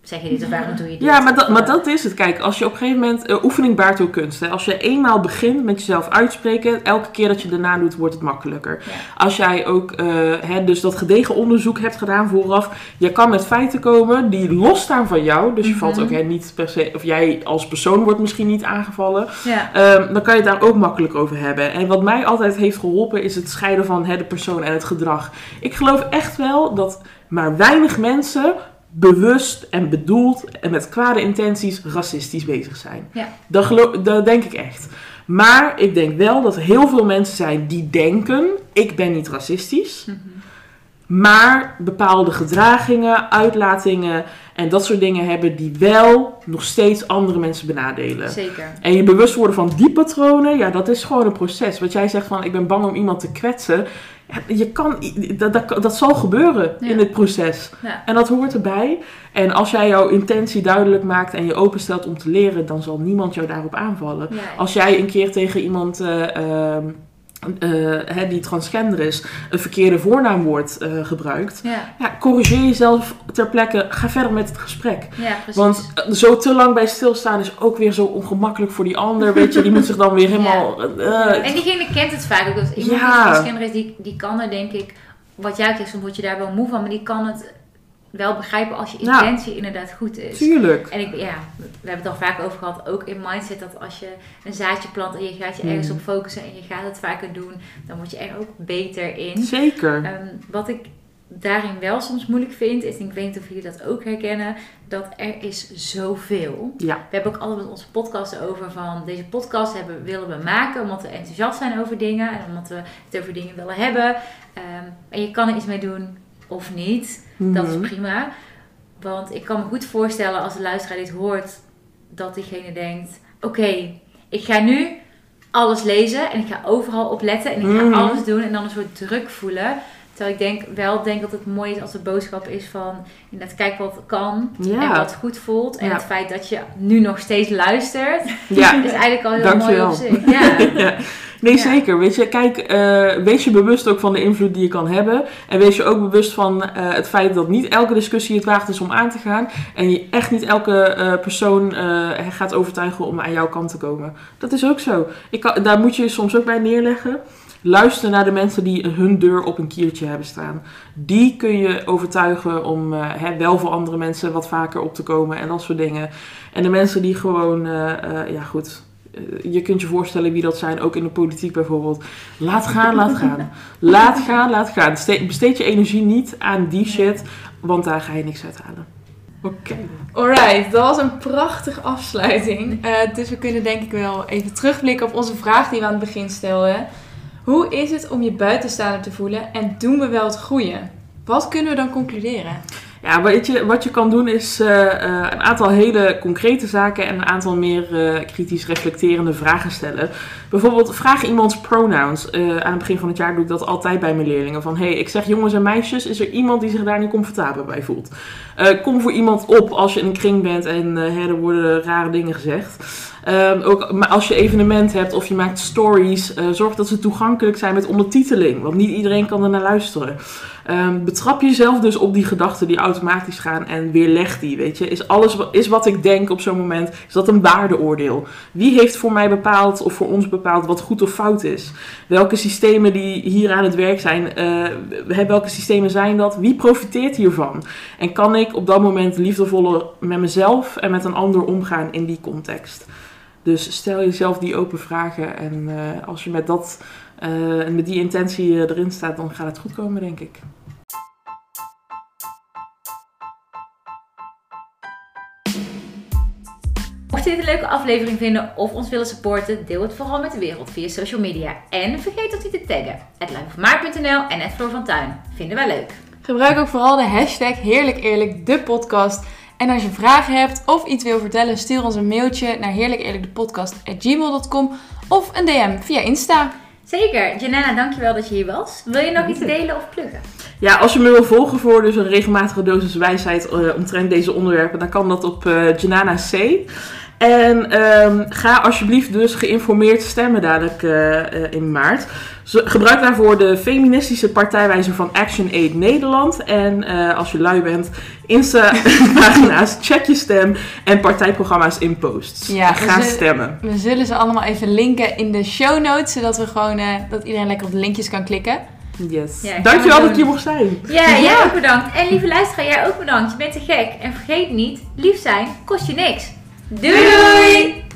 zeg je dit of waarom doe je dit? Ja, maar dat is het. Kijk, als je op een gegeven moment... oefening baart ook kunst. Hè? Als je eenmaal begint met jezelf uitspreken... elke keer dat je daarna doet, wordt het makkelijker. Ja. Als jij ook dus dat gedegen onderzoek hebt gedaan vooraf... je kan met feiten komen die losstaan van jou. Dus je valt ook niet per se... of jij als persoon wordt misschien niet aangevallen. Ja. Dan kan je het daar ook makkelijk over hebben. En wat mij altijd heeft geholpen... is het scheiden van de persoon en het gedrag. Ik geloof echt wel dat maar weinig mensen... bewust en bedoeld en met kwade intenties racistisch bezig zijn. Ja. Dat denk ik echt. Maar ik denk wel dat er heel veel mensen zijn die denken... ik ben niet racistisch... maar bepaalde gedragingen, uitlatingen en dat soort dingen hebben... die wel nog steeds andere mensen benadelen. Zeker. En je bewust worden van die patronen, ja, dat is gewoon een proces. Wat jij zegt van, ik ben bang om iemand te kwetsen... Je kan, dat zal gebeuren in het proces. Ja. En dat hoort erbij. En als jij jouw intentie duidelijk maakt en je openstelt om te leren, dan zal niemand jou daarop aanvallen. Ja. Als jij een keer tegen iemand die transgender is, een verkeerde voornaamwoord gebruikt, corrigeer jezelf ter plekke, ga verder met het gesprek. Ja, want zo te lang bij stilstaan is ook weer zo ongemakkelijk voor die ander, weet je, die moet zich dan weer helemaal... En diegene kent het vaak ook, dat iemand die transgender is, die kan er denk ik, wat jij zegt, soms word je daar wel moe van, maar die kan het wel begrijpen als je intentie inderdaad goed is. Tuurlijk. En we hebben het al vaak over gehad, ook in mindset, dat als je een zaadje plant en je gaat je ergens op focussen en je gaat het vaker doen, dan word je er ook beter in. Zeker. Wat ik daarin wel soms moeilijk vind, is, ik weet niet of jullie dat ook herkennen, dat er is zoveel. Ja. We hebben ook altijd met onze podcast over van, deze podcast willen we maken omdat we enthousiast zijn over dingen en omdat we het over dingen willen hebben. En je kan er iets mee doen of niet. Dat is prima. Want ik kan me goed voorstellen als de luisteraar dit hoort, dat diegene denkt, oké, ik ga nu alles lezen en ik ga overal op letten en ik ga alles doen en dan een soort druk voelen. Terwijl ik denk dat het mooi is als de boodschap is van, inderdaad, kijk wat kan en wat goed voelt. En het feit dat je nu nog steeds luistert, is eigenlijk al heel mooi op zich. Ja. Nee, zeker. Weet je, kijk, wees je bewust ook van de invloed die je kan hebben. En wees je ook bewust van het feit dat niet elke discussie het waard is om aan te gaan. En je echt niet elke persoon gaat overtuigen om aan jouw kant te komen. Dat is ook zo. Daar moet je soms ook bij neerleggen. Luister naar de mensen die hun deur op een kiertje hebben staan. Die kun je overtuigen om wel voor andere mensen wat vaker op te komen en dat soort dingen. En de mensen die gewoon, je kunt je voorstellen wie dat zijn, ook in de politiek bijvoorbeeld. Laat gaan, laat gaan. Laat gaan, laat gaan. Besteed je energie niet aan die shit, want daar ga je niks uit halen. Oké. Alright, dat was een prachtige afsluiting. Dus we kunnen denk ik wel even terugblikken op onze vraag die we aan het begin stelden. Hoe is het om je buitenstaander te voelen en doen we wel het goede? Wat kunnen we dan concluderen? Ja, wat je kan doen is een aantal hele concrete zaken en een aantal meer kritisch reflecterende vragen stellen. Bijvoorbeeld, vraag iemands pronouns. Aan het begin van het jaar doe ik dat altijd bij mijn leerlingen. Van, ik zeg jongens en meisjes, is er iemand die zich daar niet comfortabel bij voelt? Kom voor iemand op als je in een kring bent en er worden rare dingen gezegd. Ook als je evenement hebt of je maakt stories, zorg dat ze toegankelijk zijn met ondertiteling. Want niet iedereen kan er naar luisteren. Betrap jezelf dus op die gedachten die automatisch gaan en weerleg die, weet je. Is wat ik denk op zo'n moment, is dat een waardeoordeel? Wie heeft voor mij bepaald of voor ons bepaald wat goed of fout is? Welke systemen die hier aan het werk zijn, welke systemen zijn dat? Wie profiteert hiervan? En kan ik op dat moment liefdevoller met mezelf en met een ander omgaan in die context? Dus stel jezelf die open vragen en als je met die intentie erin staat, dan gaat het goed komen, denk ik. Mocht je dit een leuke aflevering vinden of ons willen supporten, deel het vooral met de wereld via social media. En vergeet ons niet te taggen. @luikofmaart.nl en @floorvantuin. Vinden wij leuk. Gebruik ook vooral de hashtag Heerlijk Eerlijk, de podcast. En als je vragen hebt of iets wil vertellen, stuur ons een mailtje naar heerlijkeerlijkdepodcast@gmail.com of een DM via Insta. Zeker. Janana, dankjewel dat je hier was. Wil je nog iets delen of pluggen? Ja, als je me wil volgen voor dus een regelmatige dosis wijsheid omtrent deze onderwerpen, dan kan dat op Janana C. En ga alsjeblieft dus geïnformeerd stemmen dadelijk in maart. Gebruik daarvoor de feministische partijwijzer van ActionAid Nederland. En als je lui bent, Insta-pagina's, check je stem en partijprogramma's in posts. Ja, ga stemmen. We zullen ze allemaal even linken in de show notes, zodat we gewoon dat iedereen lekker op de linkjes kan klikken. Yes. Ja, dankjewel dat ik hier mocht zijn. Ja, jij ook bedankt. En lieve luisteraar, jij ook bedankt. Je bent te gek. En vergeet niet, lief zijn kost je niks. Doei!